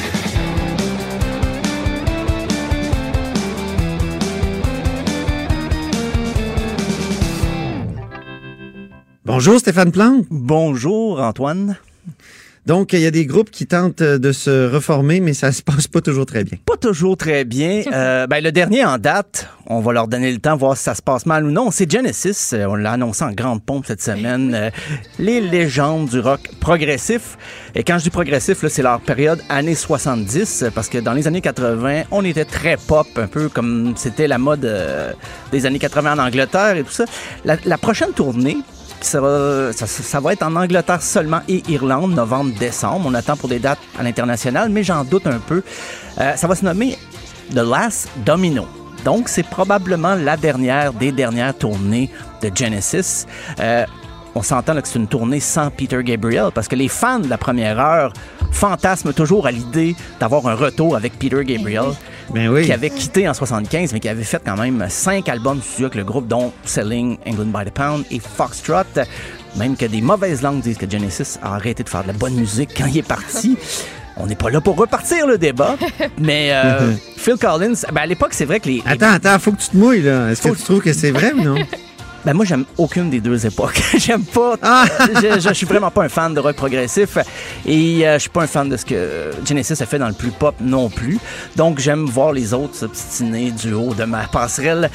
Bonjour Stéphane Plante. Bonjour Antoine. Donc, il y a des groupes qui tentent de se reformer, mais ça se passe pas toujours très bien. Pas toujours très bien. Le dernier en date, on va leur donner le temps, voir si ça se passe mal ou non. C'est Genesis. On l'a annoncé en grande pompe cette semaine. Les légendes du rock progressif. Et quand je dis progressif, là, c'est leur période années 70, parce que dans les années 80, on était très pop, un peu comme c'était la mode des années 80 en Angleterre et tout ça. La prochaine tournée, ça va être en Angleterre seulement et Irlande, novembre-décembre. On attend pour des dates à l'international, mais j'en doute un peu. Ça va se nommer The Last Domino. Donc, c'est probablement la dernière des dernières tournées de Genesis. On s'entend là, que c'est une tournée sans Peter Gabriel, parce que les fans de la première heure fantasment toujours à l'idée d'avoir un retour avec Peter Gabriel, qui avait quitté en 75, mais qui avait fait quand même 5 albums studio avec le groupe, dont Selling England by the Pound et Foxtrot. Même que des mauvaises langues disent que Genesis a arrêté de faire de la bonne musique quand il est parti. On n'est pas là pour repartir le débat, mais Phil Collins, à l'époque, c'est vrai que les... Attends, faut que tu te mouilles, là. Est-ce que tu trouves que c'est vrai ou non? Moi, j'aime aucune des deux époques. J'aime pas... Je suis vraiment pas un fan de rock progressif et je suis pas un fan de ce que Genesis a fait dans le plus pop non plus. Donc, j'aime voir les autres s'obstiner du haut de ma passerelle.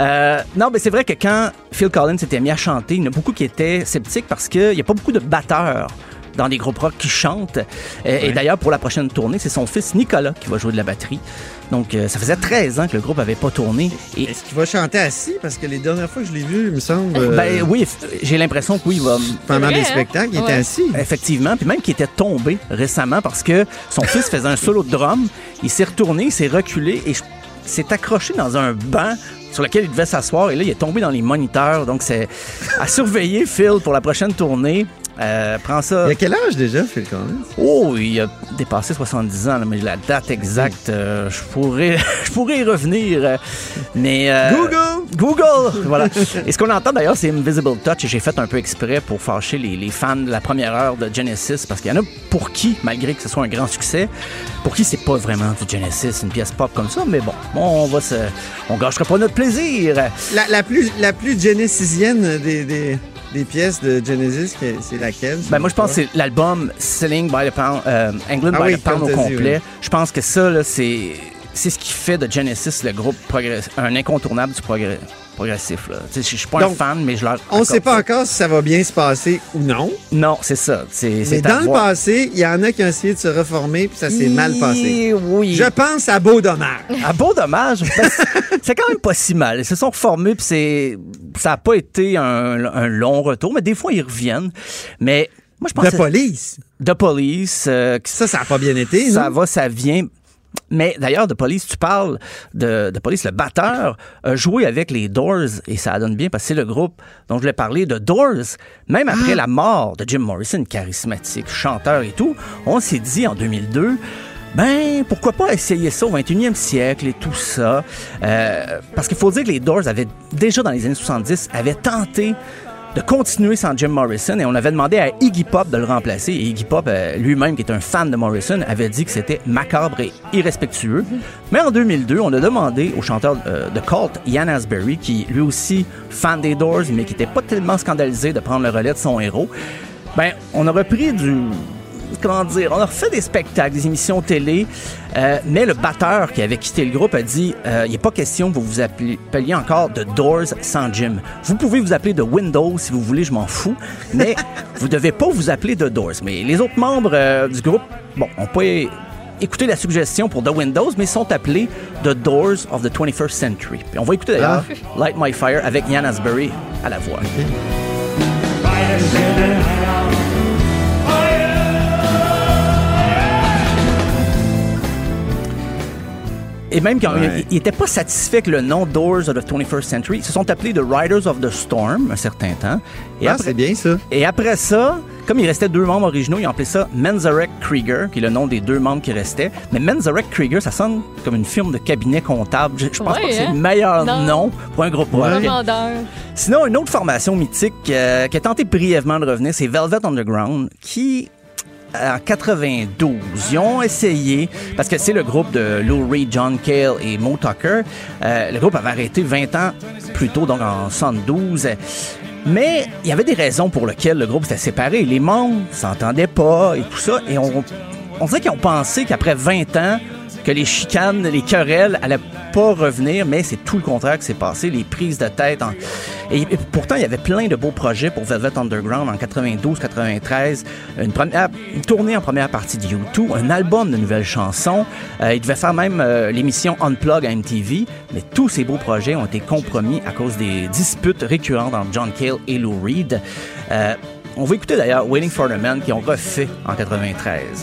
C'est vrai que quand Phil Collins s'était mis à chanter, il y en a beaucoup qui étaient sceptiques parce qu'il n'y a pas beaucoup de batteurs dans des groupes rock qui chantent. Et d'ailleurs, pour la prochaine tournée, c'est son fils Nicolas qui va jouer de la batterie. Donc, ça faisait 13 ans que le groupe n'avait pas tourné. Est-ce qu'il va chanter assis? Parce que les dernières fois que je l'ai vu, il me semble... oui, j'ai l'impression que oui, il va... Pendant les spectacles, il était assis. Effectivement, puis même qu'il était tombé récemment parce que son fils faisait un solo de drum. Il s'est retourné, il s'est reculé et s'est accroché dans un banc sur lequel il devait s'asseoir. Et là, il est tombé dans les moniteurs. Donc, c'est à surveiller, Phil, pour la prochaine tournée. Prends ça. Il a quel âge déjà, Phil Collins? Oh, il a dépassé 70 ans, là, mais la date exacte, je pourrais y revenir. Mais Google! Voilà. Et ce qu'on entend d'ailleurs, c'est Invisible Touch, et j'ai fait un peu exprès pour fâcher les fans de la première heure de Genesis, parce qu'il y en a pour qui, malgré que ce soit un grand succès, pour qui c'est pas vraiment du Genesis, une pièce pop comme ça, mais bon, on gâchera pas notre plaisir. La plus Genesisienne des pièces de Genesis, c'est laquelle? Ben moi, je pense que c'est l'album Selling by the Pound, England by the Pound au complet. Oui. Je pense que ça, là, c'est ce qui fait de Genesis le groupe un incontournable du progressif. Là. Je suis pas un fan, mais je leur... On ne sait pas encore si ça va bien se passer ou non. Non, c'est ça. Mais dans le passé, il y en a qui ont essayé de se reformer, puis ça s'est mal passé. Oui. Je pense à Beau Dommage. À Beau Dommage? C'est quand même pas si mal. Ils se sont reformés, puis ça n'a pas été un long retour, mais des fois, ils reviennent. Mais moi, je pense... The Police. Ça n'a pas bien été, ça non? va, ça vient... Mais d'ailleurs, The Police, tu parles de Police, le batteur a joué avec les Doors et ça donne bien parce que c'est le groupe dont je voulais parler, de Doors. Même après la mort de Jim Morrison, charismatique, chanteur et tout, on s'est dit en 2002, ben, pourquoi pas essayer ça au 21e siècle et tout ça? Parce qu'il faut dire que les Doors avaient déjà dans les années 70, avaient tenté de continuer sans Jim Morrison et on avait demandé à Iggy Pop de le remplacer et Iggy Pop lui-même qui est un fan de Morrison avait dit que c'était macabre et irrespectueux. Mais en 2002, on a demandé au chanteur de Cult, Ian Astbury, qui lui aussi fan des Doors mais qui n'était pas tellement scandalisé de prendre le relais de son héros. Ben, on a repris on a refait des spectacles, des émissions télé, mais le batteur qui avait quitté le groupe a dit il n'est pas question que vous vous appeliez encore The Doors sans Jim. Vous pouvez vous appeler The Windows si vous voulez, je m'en fous, mais vous ne devez pas vous appeler The Doors. Mais les autres membres du groupe, on peut écouter la suggestion pour The Windows, mais ils sont appelés The Doors of the 21st Century. Puis on va écouter d'ailleurs Light My Fire avec Ian Astbury à la voix. Et même quand ils n'étaient pas satisfaits que le nom Doors of the 21st Century, ils se sont appelés The Riders of the Storm un certain temps. Et après, c'est bien ça. Et après ça, comme il restait 2 membres originaux, ils ont appelé ça Manzarek Krieger, qui est le nom des 2 membres qui restaient. Mais Manzarek Krieger, ça sonne comme une firme de cabinet comptable. Je pense pas que c'est le meilleur nom pour un groupe rock. Sinon, une autre formation mythique qui a tenté brièvement de revenir, c'est Velvet Underground, qui... En 92, ils ont essayé, parce que c'est le groupe de Lou Reed, John Cale et Moe Tucker. Le groupe avait arrêté 20 ans plus tôt, donc en 72. Mais il y avait des raisons pour lesquelles le groupe s'était séparé. Les membres ne s'entendaient pas et tout ça. Et on dirait qu'ils ont pensé qu'après 20 ans, que les chicanes, les querelles allaient pas revenir, mais c'est tout le contraire qui s'est passé, les prises de tête. Et pourtant, il y avait plein de beaux projets pour Velvet Underground en 92-93, une tournée en première partie de U2, un album de nouvelles chansons. Il devait faire même l'émission Unplug à MTV, mais tous ces beaux projets ont été compromis à cause des disputes récurrentes entre John Cale et Lou Reed. On va écouter d'ailleurs Waiting for the Man qui ont refait en 93.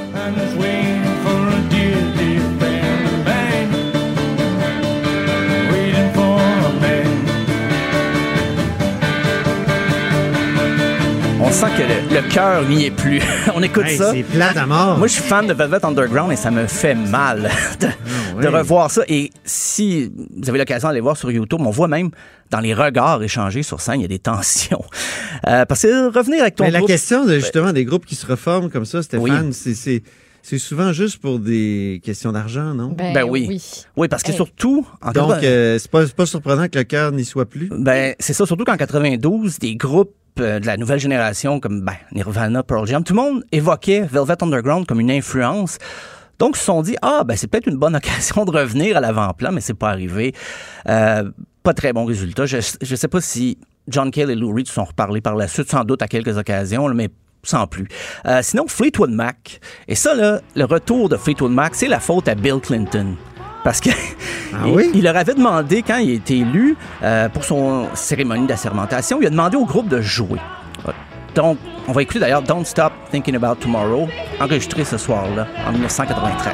On sent que le cœur n'y est plus. On écoute ça. C'est plate à mort. Moi, je suis fan de Velvet Underground et ça me fait mal de revoir ça. Et si vous avez l'occasion d'aller voir sur YouTube, on voit même dans les regards échangés sur scène, il y a des tensions. Parce que revenir avec ton groupe... la question justement des groupes qui se reforment comme ça, Stéphane, c'est souvent juste pour des questions d'argent, non? Ben oui. Oui, parce que surtout... Donc, c'est pas surprenant que le cœur n'y soit plus? Ben, c'est ça, surtout qu'en 92, des groupes de la nouvelle génération comme Nirvana, Pearl Jam, tout le monde évoquait Velvet Underground comme une influence. Donc, ils se sont dit, c'est peut-être une bonne occasion de revenir à l'avant-plan, mais c'est pas arrivé. Pas très bon résultat. Je sais pas si John Cale et Lou Reed se sont reparlés par la suite, sans doute à quelques occasions, mais sans plus. Sinon, Fleetwood Mac. Et ça, là, le retour de Fleetwood Mac, c'est la faute à Bill Clinton. Parce que il leur avait demandé, quand il a été élu pour son cérémonie d'assermentation, il a demandé au groupe de jouer. Donc, on va écouter d'ailleurs Don't Stop Thinking About Tomorrow, enregistré ce soir-là, en 1993.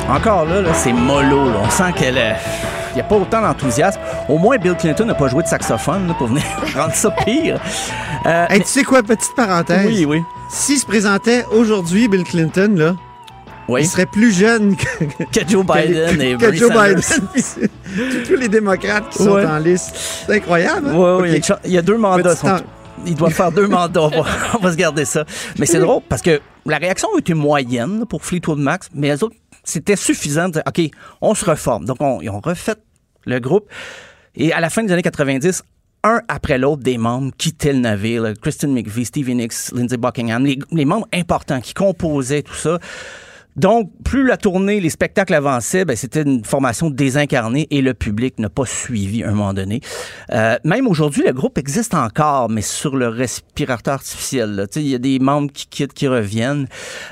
encore là, c'est mollo. Là. On sent qu'il n'y a pas autant d'enthousiasme. Au moins, Bill Clinton n'a pas joué de saxophone là, pour venir rendre ça pire. Hey, tu sais quoi, petite parenthèse? Oui. S'il se présentait aujourd'hui, Bill Clinton, là, il serait plus jeune que Joe Biden et Bernie Joe Biden. Sanders. Tous les démocrates qui sont en liste. C'est incroyable. Hein? Oui, okay. Il y a 2 mandats. Il doit faire 2 mandats. On va se garder ça. Mais c'est drôle parce que la réaction a été moyenne là, pour Fleetwood Mac, mais les autres, c'était suffisant de dire, OK, on se reforme. Donc, ils ont refait le groupe. Et à la fin des années 90, un après l'autre, des membres quittaient le navire. Là. Kristen McVie, Stevie Nicks, Lindsey Buckingham, les membres importants qui composaient tout ça. Donc, plus la tournée, les spectacles avançaient, c'était une formation désincarnée et le public n'a pas suivi à un moment donné. Même aujourd'hui, le groupe existe encore, mais sur le respirateur artificiel. Il y a des membres qui quittent, qui reviennent.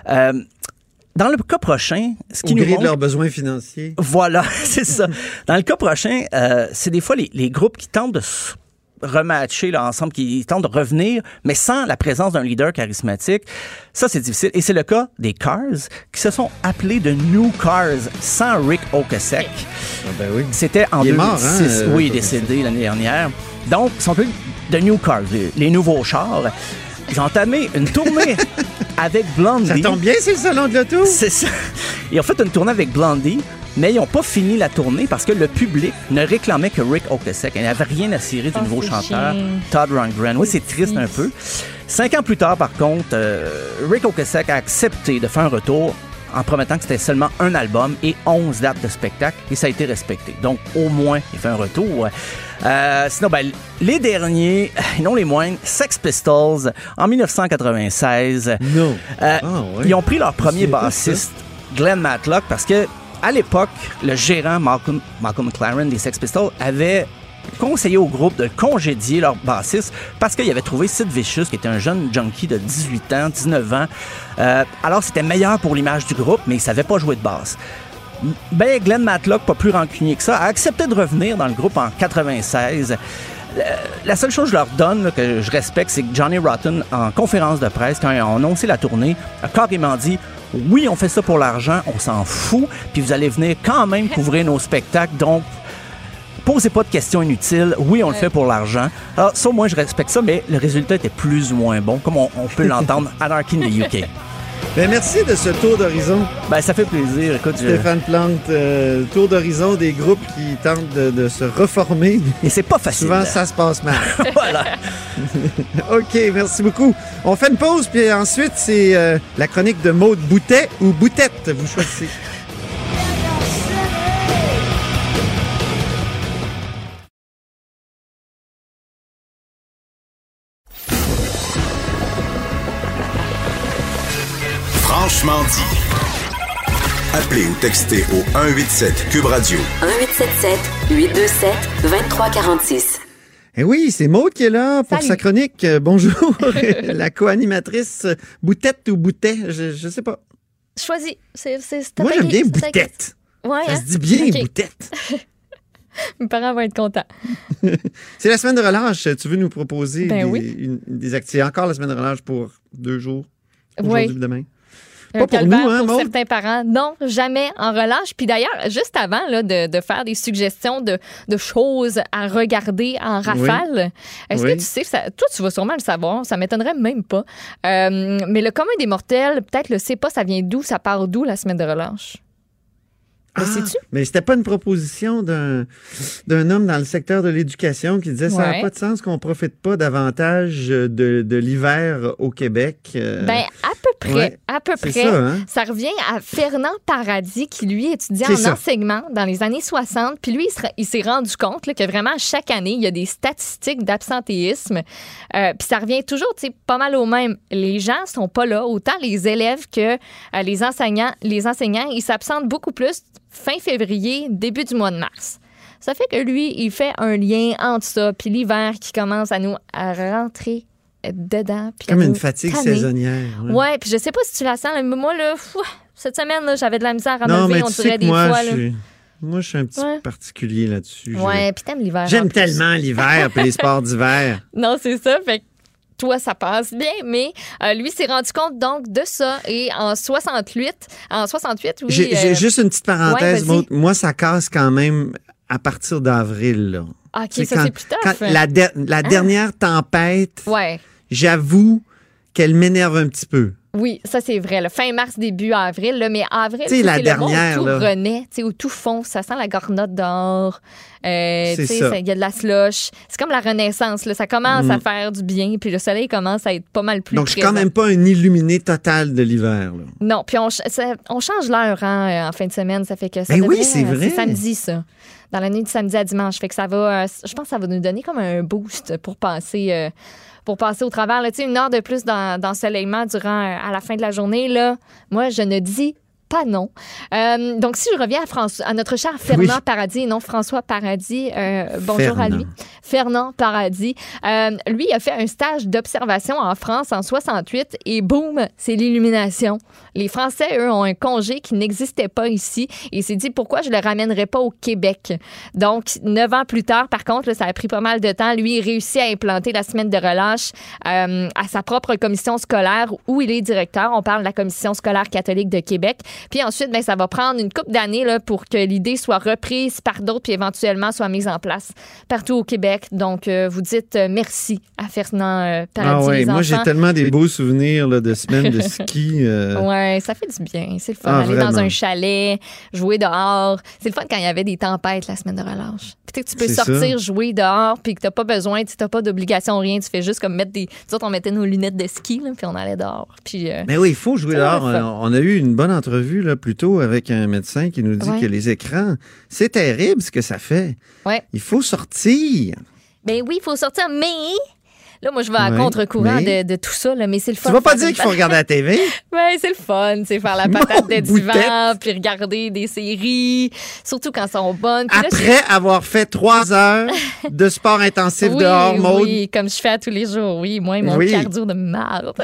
Dans le cas prochain, ce qui au nous gré montre... de leurs besoins financiers. Voilà, c'est ça. Dans le cas prochain, c'est des fois les groupes qui tentent de se rematcher là, ensemble, qui tentent de revenir, mais sans la présence d'un leader charismatique. Ça, c'est difficile. Et c'est le cas des Cars, qui se sont appelés de New Cars, sans Rick Ocasek. Ah ben oui. C'était en 2006. Mort, hein, oui, décédé l'année dernière. Donc, ils sont appelés de New Cars, les nouveaux chars. Ils ont entamé une tournée avec Blondie. Ça tombe bien, c'est le salon de l'auto. C'est ça. Ils ont fait une tournée avec Blondie, mais ils n'ont pas fini la tournée parce que le public ne réclamait que Rick Ocasek. Il n'avait rien à cirer du nouveau chanteur, Todd Rundgren. Oui, c'est triste un peu. 5 ans plus tard, par contre, Rick Ocasek a accepté de faire un retour en promettant que c'était seulement un album et 11 dates de spectacle, et ça a été respecté. Donc, au moins, il fait un retour. Sinon, les derniers, non les moindres, Sex Pistols, en 1996. Non. Ouais. Ils ont pris leur premier bassiste, Glenn Matlock, parce que à l'époque, le gérant Malcolm McLaren des Sex Pistols avait conseillé au groupe de congédier leur bassiste parce qu'il avait trouvé Sid Vicious, qui était un jeune junkie de 18 ans, 19 ans. Alors, c'était meilleur pour l'image du groupe, mais il savait pas jouer de basse. Glenn Matlock, pas plus rancunier que ça, a accepté de revenir dans le groupe en 96. La seule chose que je leur donne, là, que je respecte, c'est que Johnny Rotten, en conférence de presse, quand ils ont annoncé la tournée, a carrément dit « Oui, on fait ça pour l'argent, on s'en fout, puis vous allez venir quand même couvrir nos spectacles, donc posez pas de questions inutiles. Oui, on le fait pour l'argent. » Alors, ça, moi, je respecte ça, mais le résultat était plus ou moins bon, comme on peut l'entendre à Anarchy in the UK. Ben, merci de ce tour d'horizon. Ça fait plaisir. Écoute, Stéphane Plante, tour d'horizon des groupes qui tentent de se reformer. Et c'est pas facile. Souvent, ça se passe mal. Voilà. OK, merci beaucoup. On fait une pause, puis ensuite, c'est la chronique de Maude Boutet ou Boutette, vous choisissez. Franchement dit. Appelez ou textez au 187 Cube Radio. 1877-827-2346. Eh oui, c'est Maude qui est là pour sa chronique. Bonjour, la co-animatrice Boutette ou Boutet, je sais pas. Choisis. Moi, j'aime bien Boutette. Ouais, ça se dit bien, okay. Boutette. Mes parents vont être contents. C'est la semaine de relâche. Tu veux nous proposer des activités? Encore la semaine de relâche pour 2 jours. Aujourd'hui, demain. Pas pour nous, hein, pour certains parents. Non, jamais en relâche. Puis d'ailleurs, juste avant là, de faire des suggestions de choses à regarder en rafale, est-ce que tu sais, toi, tu vas sûrement le savoir, ça m'étonnerait même pas. Mais le commun des mortels, peut-être le sait pas, ça vient d'où, ça part d'où la semaine de relâche? Le sais-tu? Mais c'était pas une proposition d'un homme dans le secteur de l'éducation qui disait ça n'a pas de sens qu'on profite pas davantage de l'hiver au Québec. À peu près. À peu près. Ça, hein? Ça revient à Fernand Paradis qui, lui, étudiait en enseignement dans les années 60. Puis lui, il s'est rendu compte là, que vraiment, chaque année, il y a des statistiques d'absentéisme. Puis ça revient toujours, tu sais, pas mal au même. Les gens sont pas là. Autant les élèves que les enseignants, ils s'absentent beaucoup plus fin février, début du mois de mars. Ça fait que lui, il fait un lien entre ça puis l'hiver qui commence à rentrer dedans. Comme une fatigue saisonnière. Ouais, puis je sais pas si tu la sens. Mais moi, là, cette semaine, là, j'avais de la misère à me lever, on dirait des fois. Moi, je suis un petit peu particulier là-dessus. Ouais, puis t'aimes l'hiver. J'aime tellement l'hiver puis les sports d'hiver. Non, c'est ça. Fait toi, ça passe bien, mais lui s'est rendu compte donc de ça. Et en 68, oui. J'ai juste une petite parenthèse, ouais, Maud. Moi, ça casse quand même à partir d'avril, là. OK, ça, c'est plus tough. La dernière tempête, ouais. J'avoue qu'elle m'énerve un petit peu. Oui, ça c'est vrai. Là. Fin mars, début avril. Là, mais avril, c'est la le dernière, mois où tout là. renaît, où tout fond. Ça sent la garnotte dehors. C'est ça. Il y a de la slush. C'est comme la renaissance. Là. Ça commence à faire du bien. Puis le soleil commence à être pas mal plus Donc, je suis présent. quand même pas un illuminé total de l'hiver. Là. Non, puis on change l'heure en fin de semaine. Ça fait que ça oui, c'est vrai. C'est samedi, ça. Dans la nuit de samedi à dimanche. Fait que ça va... je pense que ça va nous donner comme un boost pour passer au travers. Là, une heure de plus d'ensoleillement à la fin de la journée, là, moi, je ne dis pas non. Donc, si je reviens à notre cher Fernand Paradis, et non François Paradis, bonjour à lui. Fernand Paradis. Lui, il a fait un stage d'observation en France en 68 et boum, c'est l'illumination. Les Français, eux, ont un congé qui n'existait pas ici et il s'est dit pourquoi je le ramènerais pas au Québec. Donc, 9 ans plus tard, par contre, là, ça a pris pas mal de temps. Lui, il réussit à implanter la semaine de relâche à sa propre commission scolaire où il est directeur. On parle de la commission scolaire catholique de Québec. Puis ensuite, ben, ça va prendre une couple d'années là, pour que l'idée soit reprise par d'autres puis éventuellement soit mise en place partout au Québec. Donc, vous dites merci à Fernand Paradis, les enfants. Moi, j'ai tellement des beaux souvenirs là, de semaines de ski. Ouais, ça fait du bien. C'est le fun. Aller dans un chalet, jouer dehors. C'est le fun quand il y avait des tempêtes la semaine de relâche. Puis tu peux sortir, jouer dehors, puis que t'as pas besoin, t'as pas d'obligation, rien. Tu fais juste comme mettre des... Nous autres, on mettait nos lunettes de ski, là, puis on allait dehors. Puis, mais oui, il faut jouer dehors. On a eu une bonne entrevue là, plus tôt avec un médecin qui nous dit que les écrans, c'est terrible ce que ça fait. Ouais. Il faut sortir. Ben oui, il faut sortir, mais... Là, moi, je vais à contre-courant de tout ça, là, mais c'est le fun. Tu vas pas dire qu'il faut regarder la TV? Oui, c'est le fun, tu sais, faire la patate de divan, puis regarder des séries, surtout quand elles sont bonnes. Puis après avoir fait 3 heures de sport intensif dehors, Maud. Oui, comme je fais à tous les jours, oui, moi et mon cardio de marde.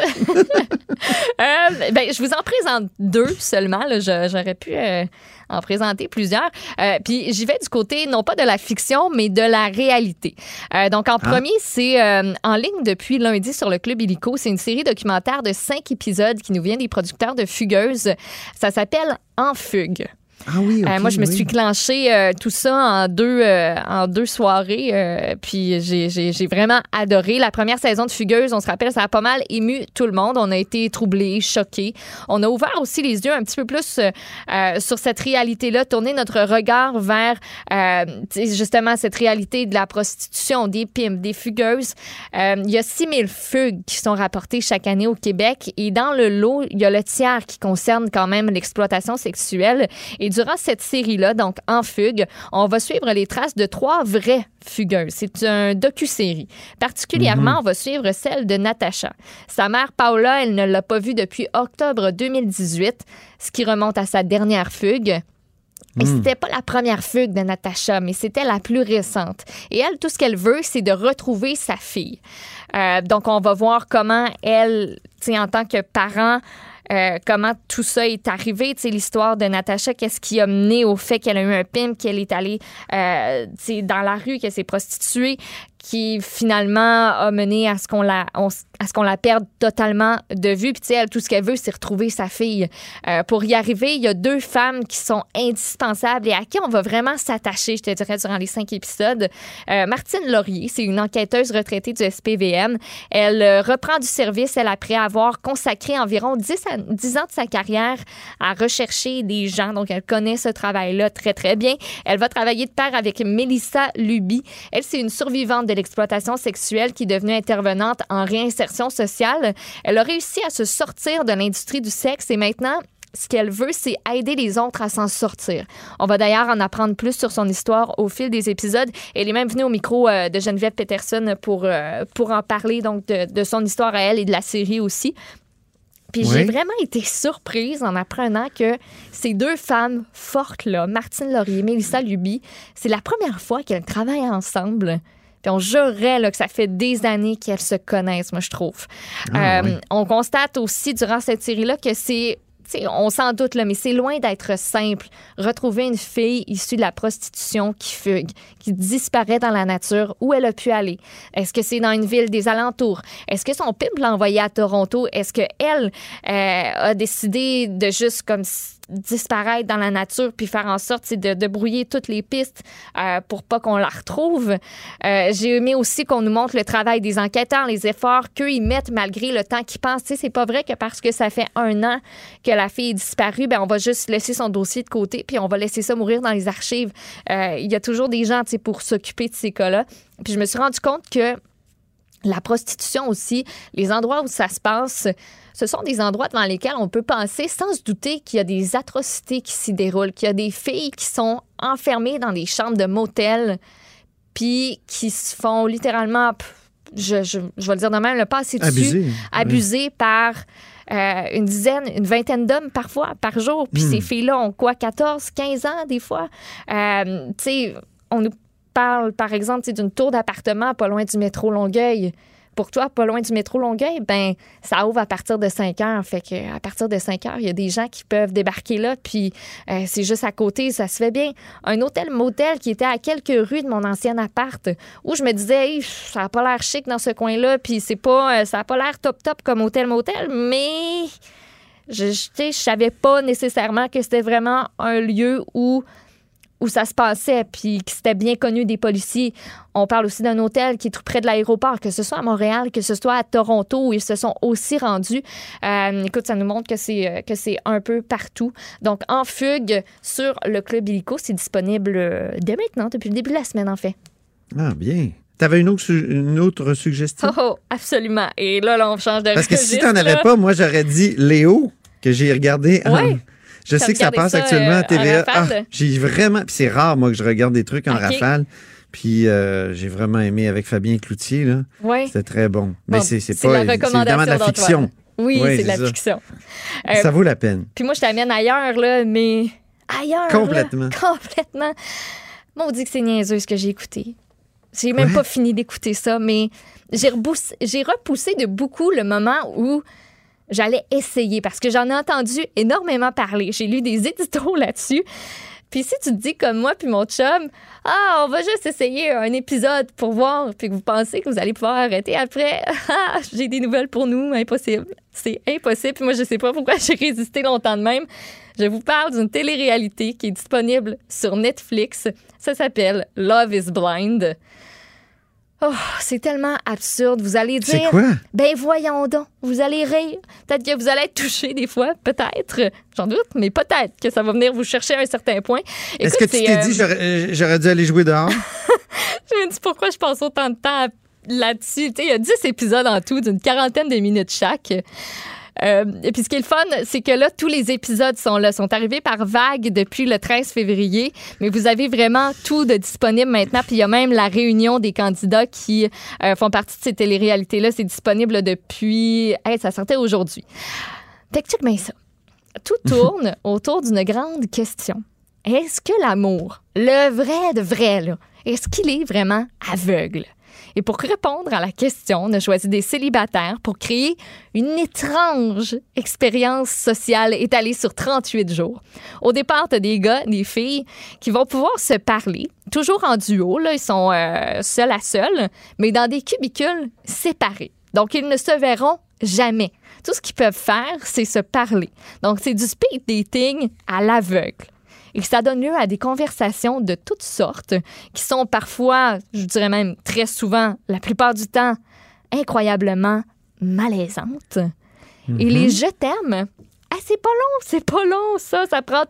Ben, je vous en présente 2 seulement, là, j'aurais pu... en présenter plusieurs. Puis j'y vais du côté, non pas de la fiction, mais de la réalité. Donc, en premier, c'est en ligne depuis lundi sur le Club Illico. C'est une série documentaire de 5 épisodes qui nous vient des producteurs de Fugueuse. Ça s'appelle En fugue. Ah oui, okay, moi, je me suis clenché tout ça en deux soirées. Puis j'ai vraiment adoré. La première saison de Fugueuse, on se rappelle, ça a pas mal ému tout le monde. On a été troublés, choqués. On a ouvert aussi les yeux un petit peu plus sur cette réalité-là, tourner notre regard vers justement cette réalité de la prostitution, des pimps, des fugueuses. Il y a 6000 fugues qui sont rapportées chaque année au Québec. Et dans le lot, il y a le tiers qui concerne quand même l'exploitation sexuelle. Et durant cette série-là, donc En fugue, on va suivre les traces de 3 vraies fugueuses. C'est un docu-série. Particulièrement, on va suivre celle de Natacha. Sa mère, Paula, elle ne l'a pas vue depuis octobre 2018, ce qui remonte à sa dernière fugue. Et c'était pas la première fugue de Natacha, mais c'était la plus récente. Et elle, tout ce qu'elle veut, c'est de retrouver sa fille. Donc, on va voir comment elle, en tant que parent, comment tout ça est arrivé, l'histoire de Natacha, qu'est-ce qui a mené au fait qu'elle a eu un pimp, qu'elle est allée dans la rue, qu'elle s'est prostituée, qui finalement a mené à ce qu'on la perde totalement de vue. Puis elle, tout ce qu'elle veut, c'est retrouver sa fille. Pour y arriver, il y a 2 femmes qui sont indispensables et à qui on va vraiment s'attacher, je te dirais, durant les 5 épisodes. Martine Laurier, c'est une enquêteuse retraitée du SPVM. Elle reprend du service, elle, après avoir consacré environ 10 ans de sa carrière à rechercher des gens. Donc, elle connaît ce travail-là très, très bien. Elle va travailler de pair avec Mélissa Luby. Elle, c'est une survivante de l'exploitation sexuelle qui est devenue intervenante en réinsertion sociale. Elle a réussi à se sortir de l'industrie du sexe et maintenant, ce qu'elle veut, c'est aider les autres à s'en sortir. On va d'ailleurs en apprendre plus sur son histoire au fil des épisodes. Elle est même venue au micro de Geneviève Peterson pour en parler, donc de son histoire à elle et de la série aussi. Puis j'ai vraiment été surprise en apprenant que ces 2 femmes fortes-là, Martine Laurier et Mélissa Luby, c'est la première fois qu'elles travaillent ensemble. Puis on jurerait là, que ça fait des années qu'elles se connaissent, moi, je trouve. On constate aussi durant cette série-là que c'est on s'en doute, là, mais c'est loin d'être simple. Retrouver une fille issue de la prostitution qui fugue, qui disparaît dans la nature, où elle a pu aller. Est-ce que c'est dans une ville des alentours? Est-ce que son pimp l'a envoyée à Toronto? Est-ce qu'elle a décidé de juste comme disparaître dans la nature puis faire en sorte de brouiller toutes les pistes pour pas qu'on la retrouve? J'ai aimé aussi qu'on nous montre le travail des enquêteurs, les efforts qu'eux ils mettent malgré le temps qu'ils passent. C'est pas vrai que parce que ça fait 1 an que la fille est disparue, on va juste laisser son dossier de côté puis on va laisser ça mourir dans les archives. Il y a toujours des gens pour s'occuper de ces cas-là. Puis je me suis rendu compte que la prostitution aussi, les endroits où ça se passe, ce sont des endroits devant lesquels on peut penser sans se douter qu'il y a des atrocités qui s'y déroulent, qu'il y a des filles qui sont enfermées dans des chambres de motel puis qui se font littéralement, je vais le dire de même, passer dessus, abusées par une vingtaine d'hommes parfois, par jour. Puis ces filles-là ont 14, 15 ans des fois. On nous parle, par exemple, d'une tour d'appartement pas loin du métro Longueuil. Pour toi, pas loin du métro Longueuil, ça ouvre à partir de 5 heures. Fait qu'à partir de 5 heures, il y a des gens qui peuvent débarquer là, puis c'est juste à côté, ça se fait bien. Un hôtel-motel qui était à quelques rues de mon ancien appart, où je me disais, hey, ça n'a pas l'air chic dans ce coin-là, puis ça n'a pas l'air top-top comme hôtel-motel, mais je savais pas nécessairement que c'était vraiment un lieu où ça se passait, puis que c'était bien connu des policiers. On parle aussi d'un hôtel qui est tout près de l'aéroport, que ce soit à Montréal, que ce soit à Toronto, où ils se sont aussi rendus. Écoute, ça nous montre que c'est un peu partout. Donc, En fugue sur le Club Illico, c'est disponible dès maintenant, depuis le début de la semaine, en fait. Ah, bien. T'avais une autre suggestion? Oh, absolument. Et là, on change de Parce que registre, si t'en avais pas, moi, j'aurais dit Léo, que j'ai regardé Ouais. Je sais que ça passe actuellement à TVA. J'ai vraiment... Puis c'est rare, moi, que je regarde des trucs en rafale. Puis j'ai vraiment aimé avec Fabien Cloutier, là. Oui. C'était très bon. Mais c'est la recommandation c'est évidemment de la fiction. Oui, c'est de la fiction. Ça vaut la peine. Puis moi, je t'amène ailleurs, là, mais... Ailleurs, complètement. Là, complètement. Moi, on dit que c'est niaiseux ce que j'ai écouté. J'ai même pas fini d'écouter ça, mais j'ai repoussé de beaucoup le moment où j'allais essayer, parce que j'en ai entendu énormément parler. J'ai lu des éditos là-dessus. Puis si tu te dis comme moi puis mon chum, on va juste essayer un épisode pour voir, puis que vous pensez que vous allez pouvoir arrêter après, j'ai des nouvelles pour nous, impossible. C'est impossible. Puis moi, je sais pas pourquoi j'ai résisté longtemps de même. Je vous parle d'une télé-réalité qui est disponible sur Netflix. Ça s'appelle Love is Blind. Oh, c'est tellement absurde. Vous allez dire... C'est quoi? Ben voyons donc. Vous allez rire. Peut-être que vous allez être touché des fois. Peut-être. J'en doute, mais peut-être que ça va venir vous chercher à un certain point. Est-ce que tu t'es dit j'aurais dû aller jouer dehors? Je me dis pourquoi je passe autant de temps là-dessus. Il y a 10 épisodes en tout, d'une 40aine de minutes chaque. Et puis ce qui est le fun, c'est que là, tous les épisodes sont arrivés par vague depuis le 13 février, mais vous avez vraiment tout de disponible maintenant, puis il y a même la réunion des candidats qui font partie de ces téléréalités-là. C'est disponible depuis... ça sortait aujourd'hui. Fait que check bien ça. Tout tourne autour d'une grande question. Est-ce que l'amour, le vrai de vrai, là, est-ce qu'il est vraiment aveugle? Et pour répondre à la question, on a choisi des célibataires pour créer une étrange expérience sociale étalée sur 38 jours. Au départ, tu as des gars, des filles qui vont pouvoir se parler, toujours en duo. Là, ils sont seuls à seuls, mais dans des cubicules séparés. Donc, ils ne se verront jamais. Tout ce qu'ils peuvent faire, c'est se parler. Donc, c'est du speed dating à l'aveugle. Et ça donne lieu à des conversations de toutes sortes qui sont parfois, je dirais même très souvent, la plupart du temps, incroyablement malaisantes. Mm-hmm. Et les « je t'aime », c'est pas long, ça. Ça prend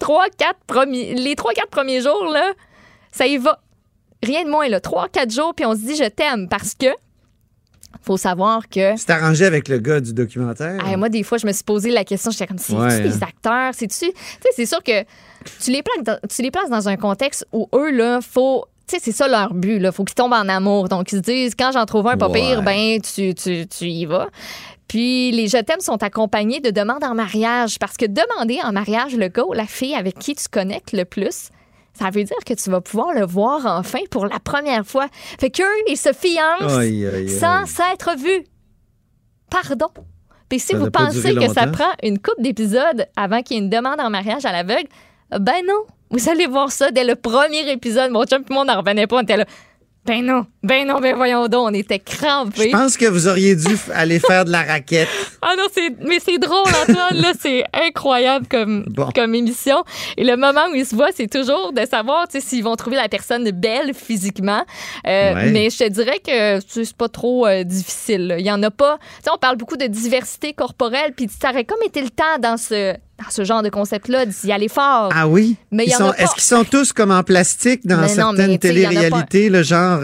les 3-4 premiers jours, là, ça y va. Rien de moins, là. 3-4 jours, puis on se dit « je t'aime » parce que faut savoir que... C'est arrangé avec le gars du documentaire? Moi, des fois, je me suis posé la question, j'étais comme, c'est-tu des acteurs? C'est-tu... Tu sais, c'est sûr que tu les places dans un contexte où eux, là, faut... Tu sais, c'est ça leur but, là. Faut qu'ils tombent en amour. Donc, ils se disent, quand j'en trouve un pas pire, ben, tu y vas. Puis, les je t'aime sont accompagnés de demandes en mariage. Parce que demander en mariage le gars ou la fille avec qui tu connectes le plus, ça veut dire que tu vas pouvoir le voir enfin pour la première fois. Fait qu'eux, ils se fiancent sans s'être vus. Pardon. Puis si Ça vous n'a pas pensez duré que ça longtemps. prend une couple d'épisodes avant qu'il y ait une demande en mariage à l'aveugle, ben non. Vous allez voir ça dès le premier épisode. Mon chum et moi, on n'en revenait pas. On était là. Ben non, ben voyons donc, on était crampés. Je pense que vous auriez dû aller faire de la raquette. Ah non, mais c'est drôle, Antoine, là, c'est incroyable comme émission. Et le moment où ils se voient, c'est toujours de savoir, tu sais, s'ils vont trouver la personne belle physiquement. Mais je te dirais que c'est pas trop difficile, là. Il y en a pas. Tu sais, on parle beaucoup de diversité corporelle, puis ça aurait comme été le temps dans ce genre de concept-là, d'y aller fort. Ah oui? Mais il y en a pas. Est-ce qu'ils sont tous comme en plastique dans Mais non, certaines mais tu sais, il y en a téléréalités, le genre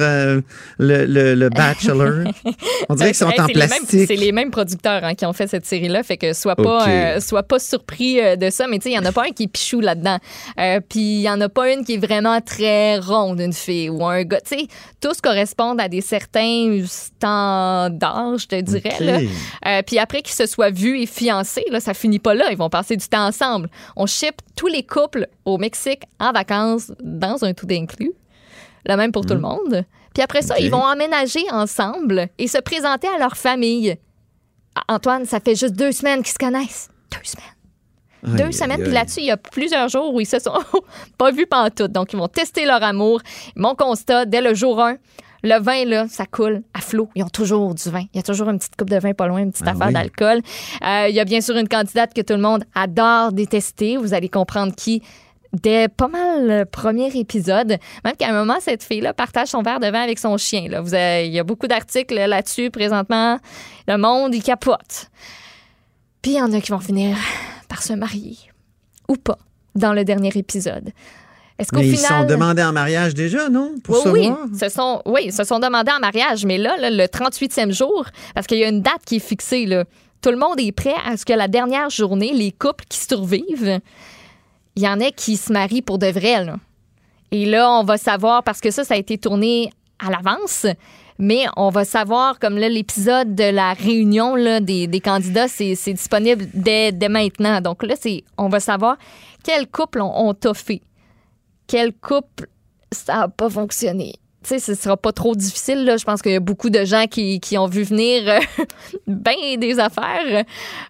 le Bachelor? On dirait qu'ils sont en plastique. C'est les mêmes producteurs qui ont fait cette série-là, fait que sois pas surpris de ça. Mais tu sais, il y en a pas un qui est pichou là-dedans. Puis il y en a pas une qui est vraiment très ronde, une fille ou un gars. Tu sais, tous correspondent à des certains standards, je te dirais. Là. Puis après qu'ils se soient vus et fiancés, là, ça finit pas là. Ils vont passer du temps ensemble. On ship tous les couples au Mexique en vacances dans un tout inclus. Le même pour tout le monde. Puis après ça, ils vont emménager ensemble et se présenter à leur famille. Antoine, ça fait juste 2 semaines qu'ils se connaissent. 2 semaines. 2 semaines. Puis là-dessus, il y a plusieurs jours où ils se sont pas vus pantoute. Donc, ils vont tester leur amour. Mon constat, dès le jour 1, le vin, là, ça coule à flot. Ils ont toujours du vin. Il y a toujours une petite coupe de vin pas loin, une petite affaire d'alcool. Il y a bien sûr une candidate que tout le monde adore détester. Vous allez comprendre qui dès pas mal le premier épisode. Même qu'à un moment, cette fille-là partage son verre de vin avec son chien. Là. Il y a beaucoup d'articles là-dessus présentement. Le monde, il capote. Puis il y en a qui vont finir par se marier. Ou pas, dans le dernier épisode. Est-ce qu'au mais final... ils se sont demandés en mariage déjà, non? Pour se oui, voir? ils se sont demandés en mariage. Mais là, le 38e jour, parce qu'il y a une date qui est fixée, là, tout le monde est prêt à ce que la dernière journée, les couples qui survivent, il y en a qui se marient pour de vrai. Là. Et là, on va savoir, parce que ça a été tourné à l'avance, mais on va savoir, comme là, l'épisode de la réunion là, des candidats, c'est disponible dès maintenant. Donc là, on va savoir quel couple ont toffé. Quel couple, ça n'a pas fonctionné. Tu sais, ce sera pas trop difficile. Là. Je pense qu'il y a beaucoup de gens qui ont vu venir bien des affaires.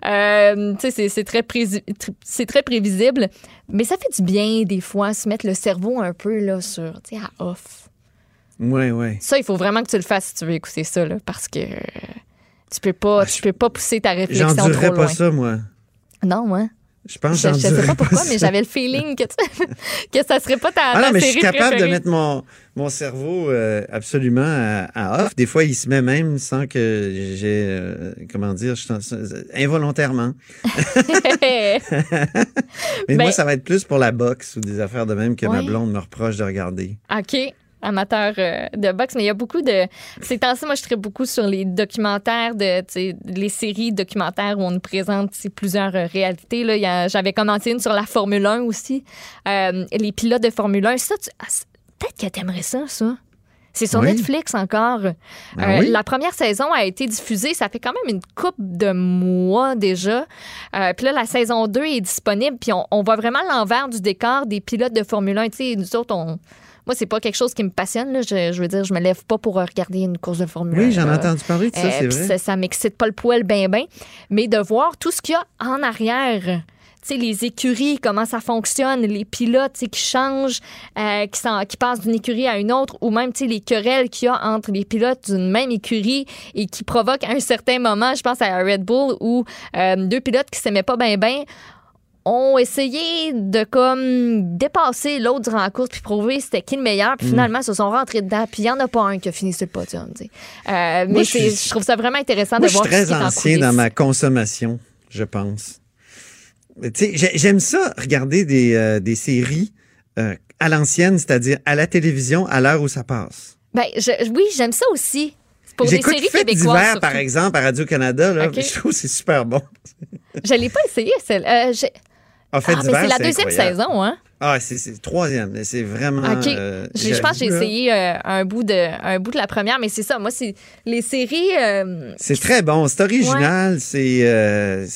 Tu sais, c'est très prévisible. Mais ça fait du bien, des fois, se mettre le cerveau un peu là, sur, tu sais, à off. Oui. Ça, il faut vraiment que tu le fasses si tu veux écouter ça, là, parce que tu peux pas pousser ta réflexion trop loin. J'endurerais pas ça, moi. Non, moi. Je pense Je sais pas pourquoi, mais j'avais le feeling que ça serait pas ta mais série je suis capable préférée. de mettre mon cerveau absolument à off. Des fois, il se met même sans que j'ai... involontairement. Mais moi, ça va être plus pour la boxe ou des affaires de même que ma blonde me reproche de regarder. OK. Amateur de boxe, mais il y a beaucoup de... Ces temps-ci, moi, je traite beaucoup sur les documentaires, les séries documentaires où on nous présente plusieurs réalités. Là, j'avais commenté une sur la Formule 1 aussi. Les pilotes de Formule 1. Ça, peut-être que t'aimerais ça. C'est sur Netflix encore. La première saison a été diffusée. Ça fait quand même une couple de mois déjà. Puis là, la saison 2 est disponible. Puis on voit vraiment l'envers du décor des pilotes de Formule 1. Tu sais, nous autres, moi, c'est pas quelque chose qui me passionne. Là. Je veux dire, je me lève pas pour regarder une course de Formule 1. Oui, j'en ai entendu parler de ça, c'est vrai. Ça m'excite pas le poil ben. Mais de voir tout ce qu'il y a en arrière, tu sais, les écuries, comment ça fonctionne, les pilotes qui changent, qui passent d'une écurie à une autre, ou même les querelles qu'il y a entre les pilotes d'une même écurie et qui provoquent à un certain moment, je pense à Red Bull, où 2 pilotes qui s'aimaient pas ben, ont essayé de comme dépasser l'autre durant la course puis prouver c'était qui le meilleur, puis finalement se sont rentrés dedans, puis il n'y en a pas un qui a fini sur le podium. Mais je trouve ça vraiment intéressant de voir ce qui est en coulisses. Je suis très ancien dans ma consommation, je pense. J'aime ça, regarder des séries à l'ancienne, c'est-à-dire à la télévision, à l'heure où ça passe. Oui, j'aime ça aussi. Pour J'écoute des séries Fait québécoises, d'hiver, surtout. par exemple, à Radio-Canada. Là, Okay. je trouve que c'est super bon. Je l'ai pas essayé, celle. Fait d'hiver, mais c'est la deuxième incroyable. saison, hein? C'est le troisième. C'est vraiment... OK. Je pense que j'ai essayé un bout de la première, mais c'est ça. Moi, c'est les séries... c'est très bon. C'est original.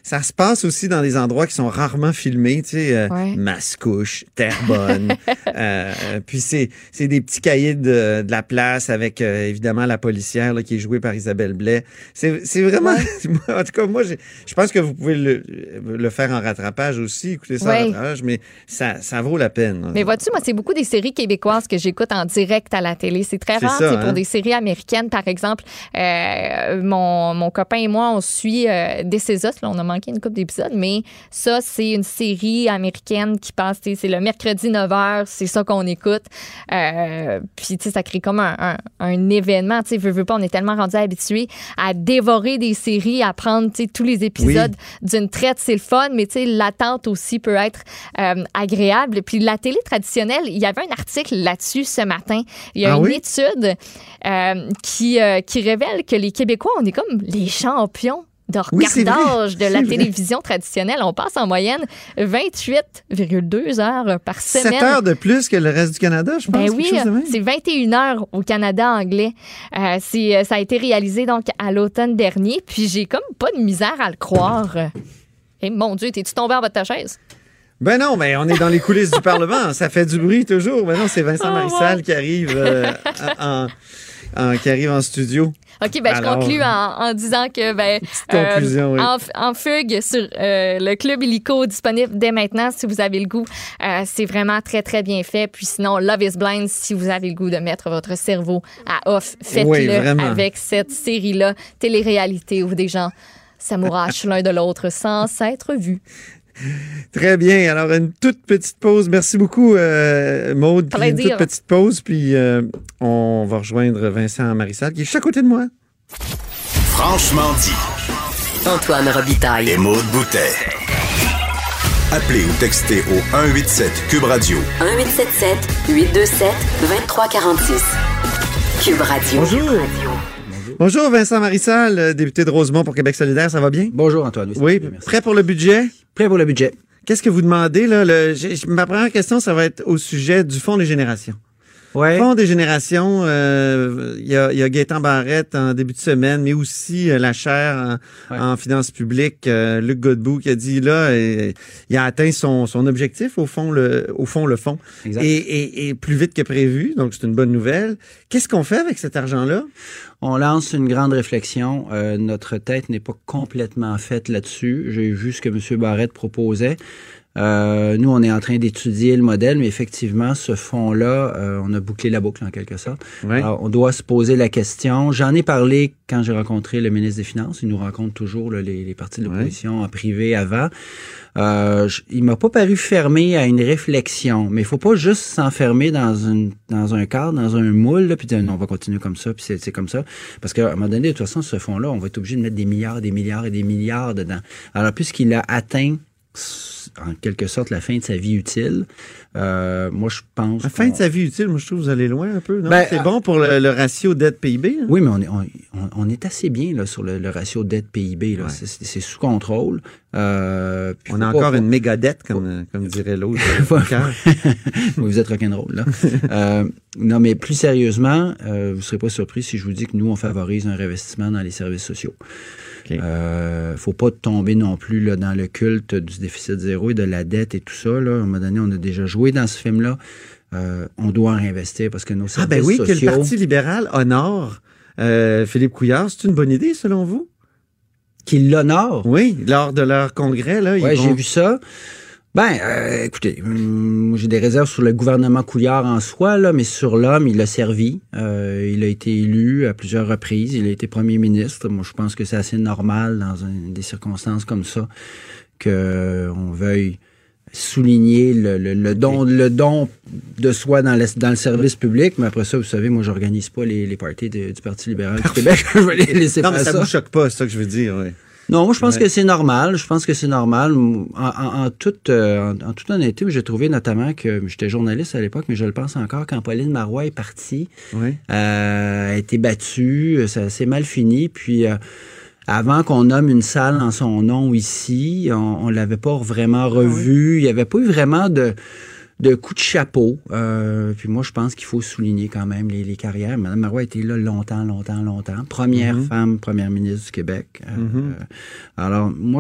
ça se passe aussi dans des endroits qui sont rarement filmés, tu sais, Mascouche, Terrebonne. Puis c'est des petits cahiers de la place avec, évidemment, la policière là, qui est jouée par Isabelle Blais. C'est vraiment... En tout cas, moi, je pense que vous pouvez le faire en rattrapage aussi, écouter ça en rattrapage, mais ça vaut la peine. Mais vois-tu, moi, c'est beaucoup des séries québécoises que j'écoute en direct à la télé. C'est très rare, ça, pour des séries américaines, par exemple. Mon copain et moi, on suit This Is Us. Là, on a manqué une couple d'épisodes, mais ça, c'est une série américaine qui passe, c'est le mercredi 9h, c'est ça qu'on écoute. Puis, tu sais, ça crée comme un événement. Tu sais, veux pas, on est tellement rendu habitués à dévorer des séries, à prendre, tu sais, tous les épisodes d'une traite. C'est le fun, mais tu sais, l'attente aussi peut être agréable. Puis, la télé traditionnelle, il y avait un article là-dessus ce matin. Il y a une étude qui révèle que les Québécois, on est comme les champions de regardage de la télévision traditionnelle. On passe en moyenne 28,2 heures par semaine. 7 heures de plus que le reste du Canada, je pense. Ben oui, c'est 21 heures au Canada anglais. Ça a été réalisé donc à l'automne dernier, puis j'ai comme pas de misère à le croire. Et mon Dieu, t'es-tu tombé en bas de ta chaise? Ben non, mais on est dans les coulisses du Parlement. Ça fait du bruit toujours. Ben non, c'est Vincent Marissal qui arrive qui arrive en studio. OK, ben alors, je conclue en disant que conclusion, en fugue sur le Club Illico disponible dès maintenant si vous avez le goût. C'est vraiment très, très bien fait. Puis sinon, Love is Blind, si vous avez le goût de mettre votre cerveau à off, faites-le avec cette série-là, télé-réalité où des gens s'amourachent l'un de l'autre sans s'être vus. Très bien. Alors, une toute petite pause. Merci beaucoup, Maude. Puis une toute petite pause, puis on va rejoindre Vincent Marissal, qui est juste à côté de moi. Franchement dit. Antoine Robitaille. Et Maude Boutet. Appelez ou textez au 187 Cube Radio. 1877-827-2346. Cube Radio. Bonjour. Bonjour, Vincent Marissal, député de Rosemont pour Québec solidaire. Ça va bien? Bonjour, Antoine. Oui, prêt pour le budget? Prêt pour le budget. Qu'est-ce que vous demandez, là? Ma première question, ça va être au sujet du Fonds des générations. Ouais. Fonds des générations, il y a Gaétan Barrette en début de semaine, mais aussi la chaire en finances publiques, Luc Godbout, qui a dit là, il a atteint son objectif au fond le fonds. Exact. Et plus vite que prévu, donc c'est une bonne nouvelle. Qu'est-ce qu'on fait avec cet argent-là? On lance une grande réflexion. Notre tête n'est pas complètement faite là-dessus. J'ai vu ce que M. Barrette proposait. Nous, on est en train d'étudier le modèle, mais effectivement, ce fonds-là, on a bouclé la boucle en quelque sorte. Ouais. Alors, on doit se poser la question. J'en ai parlé quand j'ai rencontré le ministre des Finances. Il nous rencontre toujours les partis de l'opposition en privé avant. Il m'a pas paru fermé à une réflexion, mais il faut pas juste s'enfermer dans un cadre, dans un moule, là, puis dire non, on va continuer comme ça, puis c'est comme ça. Parce qu'à un moment donné, de toute façon, ce fonds-là, on va être obligé de mettre des milliards dedans. Alors, puisqu'il a atteint en quelque sorte la fin de sa vie utile. Moi, je pense... La fin de sa vie utile, moi, je trouve que vous allez loin un peu. Non? C'est bon pour le ratio dette-PIB. Hein? Oui, mais on est assez bien là, sur le ratio dette-PIB. Là. Ouais. C'est sous contrôle. On a encore une méga dette, comme dirait l'autre. Vous êtes rock'n'roll, là. Non, mais plus sérieusement, vous ne serez pas surpris si je vous dis que nous, on favorise un réinvestissement dans les services sociaux. Okay. Faut pas tomber non plus là, dans le culte du déficit zéro et de la dette et tout ça. Là. À un moment donné, on a déjà joué dans ce film-là. On doit réinvestir parce que nos services sociaux... que le Parti libéral honore Philippe Couillard, c'est une bonne idée, selon vous? Qu'il l'honore? Oui, lors de leur congrès. Oui, j'ai vu ça. Écoutez, j'ai des réserves sur le gouvernement Couillard en soi, là, mais sur l'homme, il a servi. Il a été élu à plusieurs reprises. Il a été premier ministre. Moi, je pense que c'est assez normal dans des circonstances comme ça qu'on veuille souligner le don de soi dans le service public. Mais après ça, vous savez, moi, j'organise pas les parties du Parti libéral du Québec. Je vais les laisser faire ça. Non, mais ça vous choque pas, c'est ça que je veux dire, oui. Non, moi, je pense que c'est normal. En toute honnêteté, j'ai trouvé notamment que j'étais journaliste à l'époque, mais je le pense encore, quand Pauline Marois est partie, a été battue, ça s'est mal fini, puis avant qu'on nomme une salle en son nom ici, on l'avait pas vraiment revu. Il n'y avait pas eu vraiment de coup de chapeau. Puis moi, je pense qu'il faut souligner quand même les carrières. Mme Marois a été là longtemps. Première femme, première ministre du Québec. Alors, moi,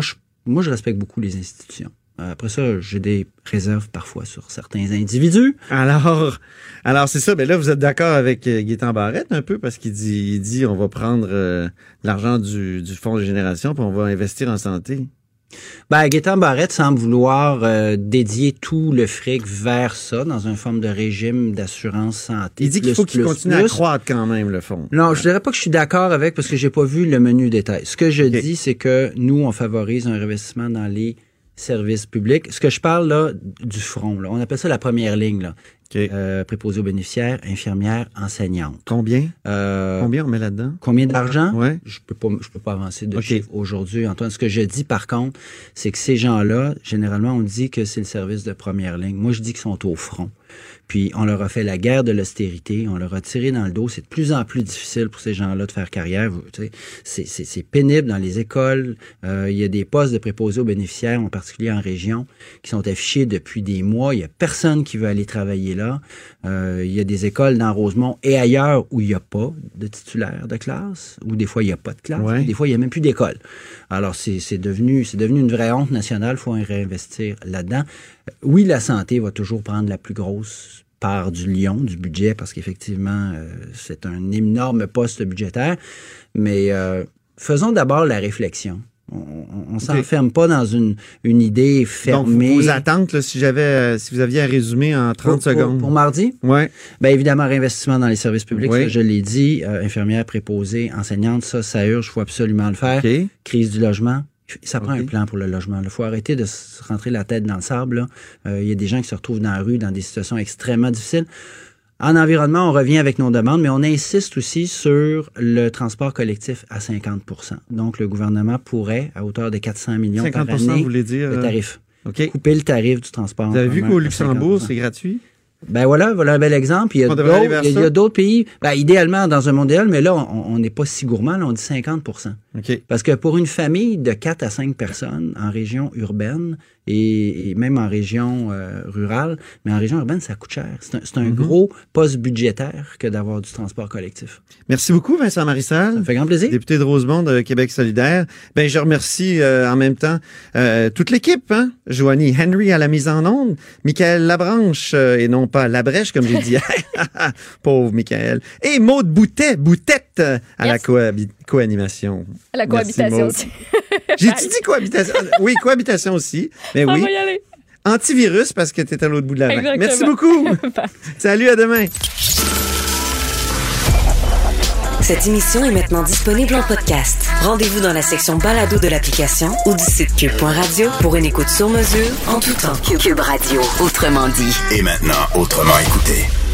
moi, je respecte beaucoup les institutions. Après ça, j'ai des réserves parfois sur certains individus. Alors c'est ça. Ben là, vous êtes d'accord avec Gaétan Barrette un peu parce qu'il dit on va prendre l'argent du Fonds de génération puis on va investir en santé. Ben, Gaétan Barrette semble vouloir dédier tout le fric vers ça, dans une forme de régime d'assurance santé. Il dit qu'il faut qu'il continue à croître quand même, le fonds. Non, je dirais pas que je suis d'accord avec parce que j'ai pas vu le menu détail. Ce que je dis, c'est que nous, on favorise un réinvestissement dans les services publics. Ce que je parle là du front, là, on appelle ça la première ligne, là. Préposés aux bénéficiaires, infirmières, enseignantes. Combien on met là-dedans? Combien d'argent? Ouais. Je peux pas avancer de chiffres aujourd'hui, Antoine. Ce que je dis, par contre, c'est que ces gens-là, généralement, on dit que c'est le service de première ligne. Moi, je dis qu'ils sont au front. Puis, on leur a fait la guerre de l'austérité, on leur a tiré dans le dos. C'est de plus en plus difficile pour ces gens-là de faire carrière. Tu sais, c'est pénible dans les écoles. Il y a des postes de préposés aux bénéficiaires, en particulier en région, qui sont affichés depuis des mois. Il y a personne qui veut aller travailler là. Il y a des écoles dans Rosemont et ailleurs où il n'y a pas de titulaire de classe, où des fois, il n'y a pas de classe. Ouais. Des fois, il n'y a même plus d'école. Alors, c'est devenu une vraie honte nationale. Il faut réinvestir là-dedans. Oui, la santé va toujours prendre la plus grosse part du lion, du budget, parce qu'effectivement, c'est un énorme poste budgétaire. Mais faisons d'abord la réflexion. On ne s'enferme pas dans une idée fermée. Donc, vos attentes, là, si vous aviez un résumé en 30 secondes. Pour mardi? Oui. Bien évidemment, réinvestissement dans les services publics, ça, je l'ai dit. Infirmières, préposées, enseignantes, ça urge, il faut absolument le faire. Okay. Crise du logement. Ça prend un plan pour le logement. Il faut arrêter de se rentrer la tête dans le sable. Il y a des gens qui se retrouvent dans la rue dans des situations extrêmement difficiles. En environnement, on revient avec nos demandes, mais on insiste aussi sur le transport collectif à 50 %. Donc, le gouvernement pourrait, à hauteur de 400 millions par année, vous voulez dire, le tarif. Couper le tarif du transport. Vous avez vu qu'au Luxembourg, c'est gratuit? Ben voilà un bel exemple. Il y a d'autres pays, idéalement dans un monde idéal, mais là, on n'est pas si gourmand, là, on dit 50 %. Okay. Parce que pour une famille de 4 à 5 personnes en région urbaine et même en région rurale, mais en région urbaine, ça coûte cher. C'est un gros poste budgétaire que d'avoir du transport collectif. Merci beaucoup, Vincent Marissal. Ça me fait grand plaisir. Député de Rosemont de Québec solidaire. Ben, je remercie en même temps toute l'équipe, Joanie Henry à la mise en onde, Michael Labranche, et non pas Labrèche, comme j'ai dit hier. Pauvre Michael. Et Maude Boutette à la co-animation. À la cohabitation aussi. J'ai-tu dit cohabitation? Oui, cohabitation aussi. Mais oui. On va y aller. Antivirus parce que t'es à l'autre bout de la main. Exactement. Merci beaucoup. Salut, à demain. Cette émission est maintenant disponible en podcast. Rendez-vous dans la section balado de l'application ou du site cube.radio pour une écoute sur mesure en tout temps. Cube Radio, autrement dit. Et maintenant, autrement écouté.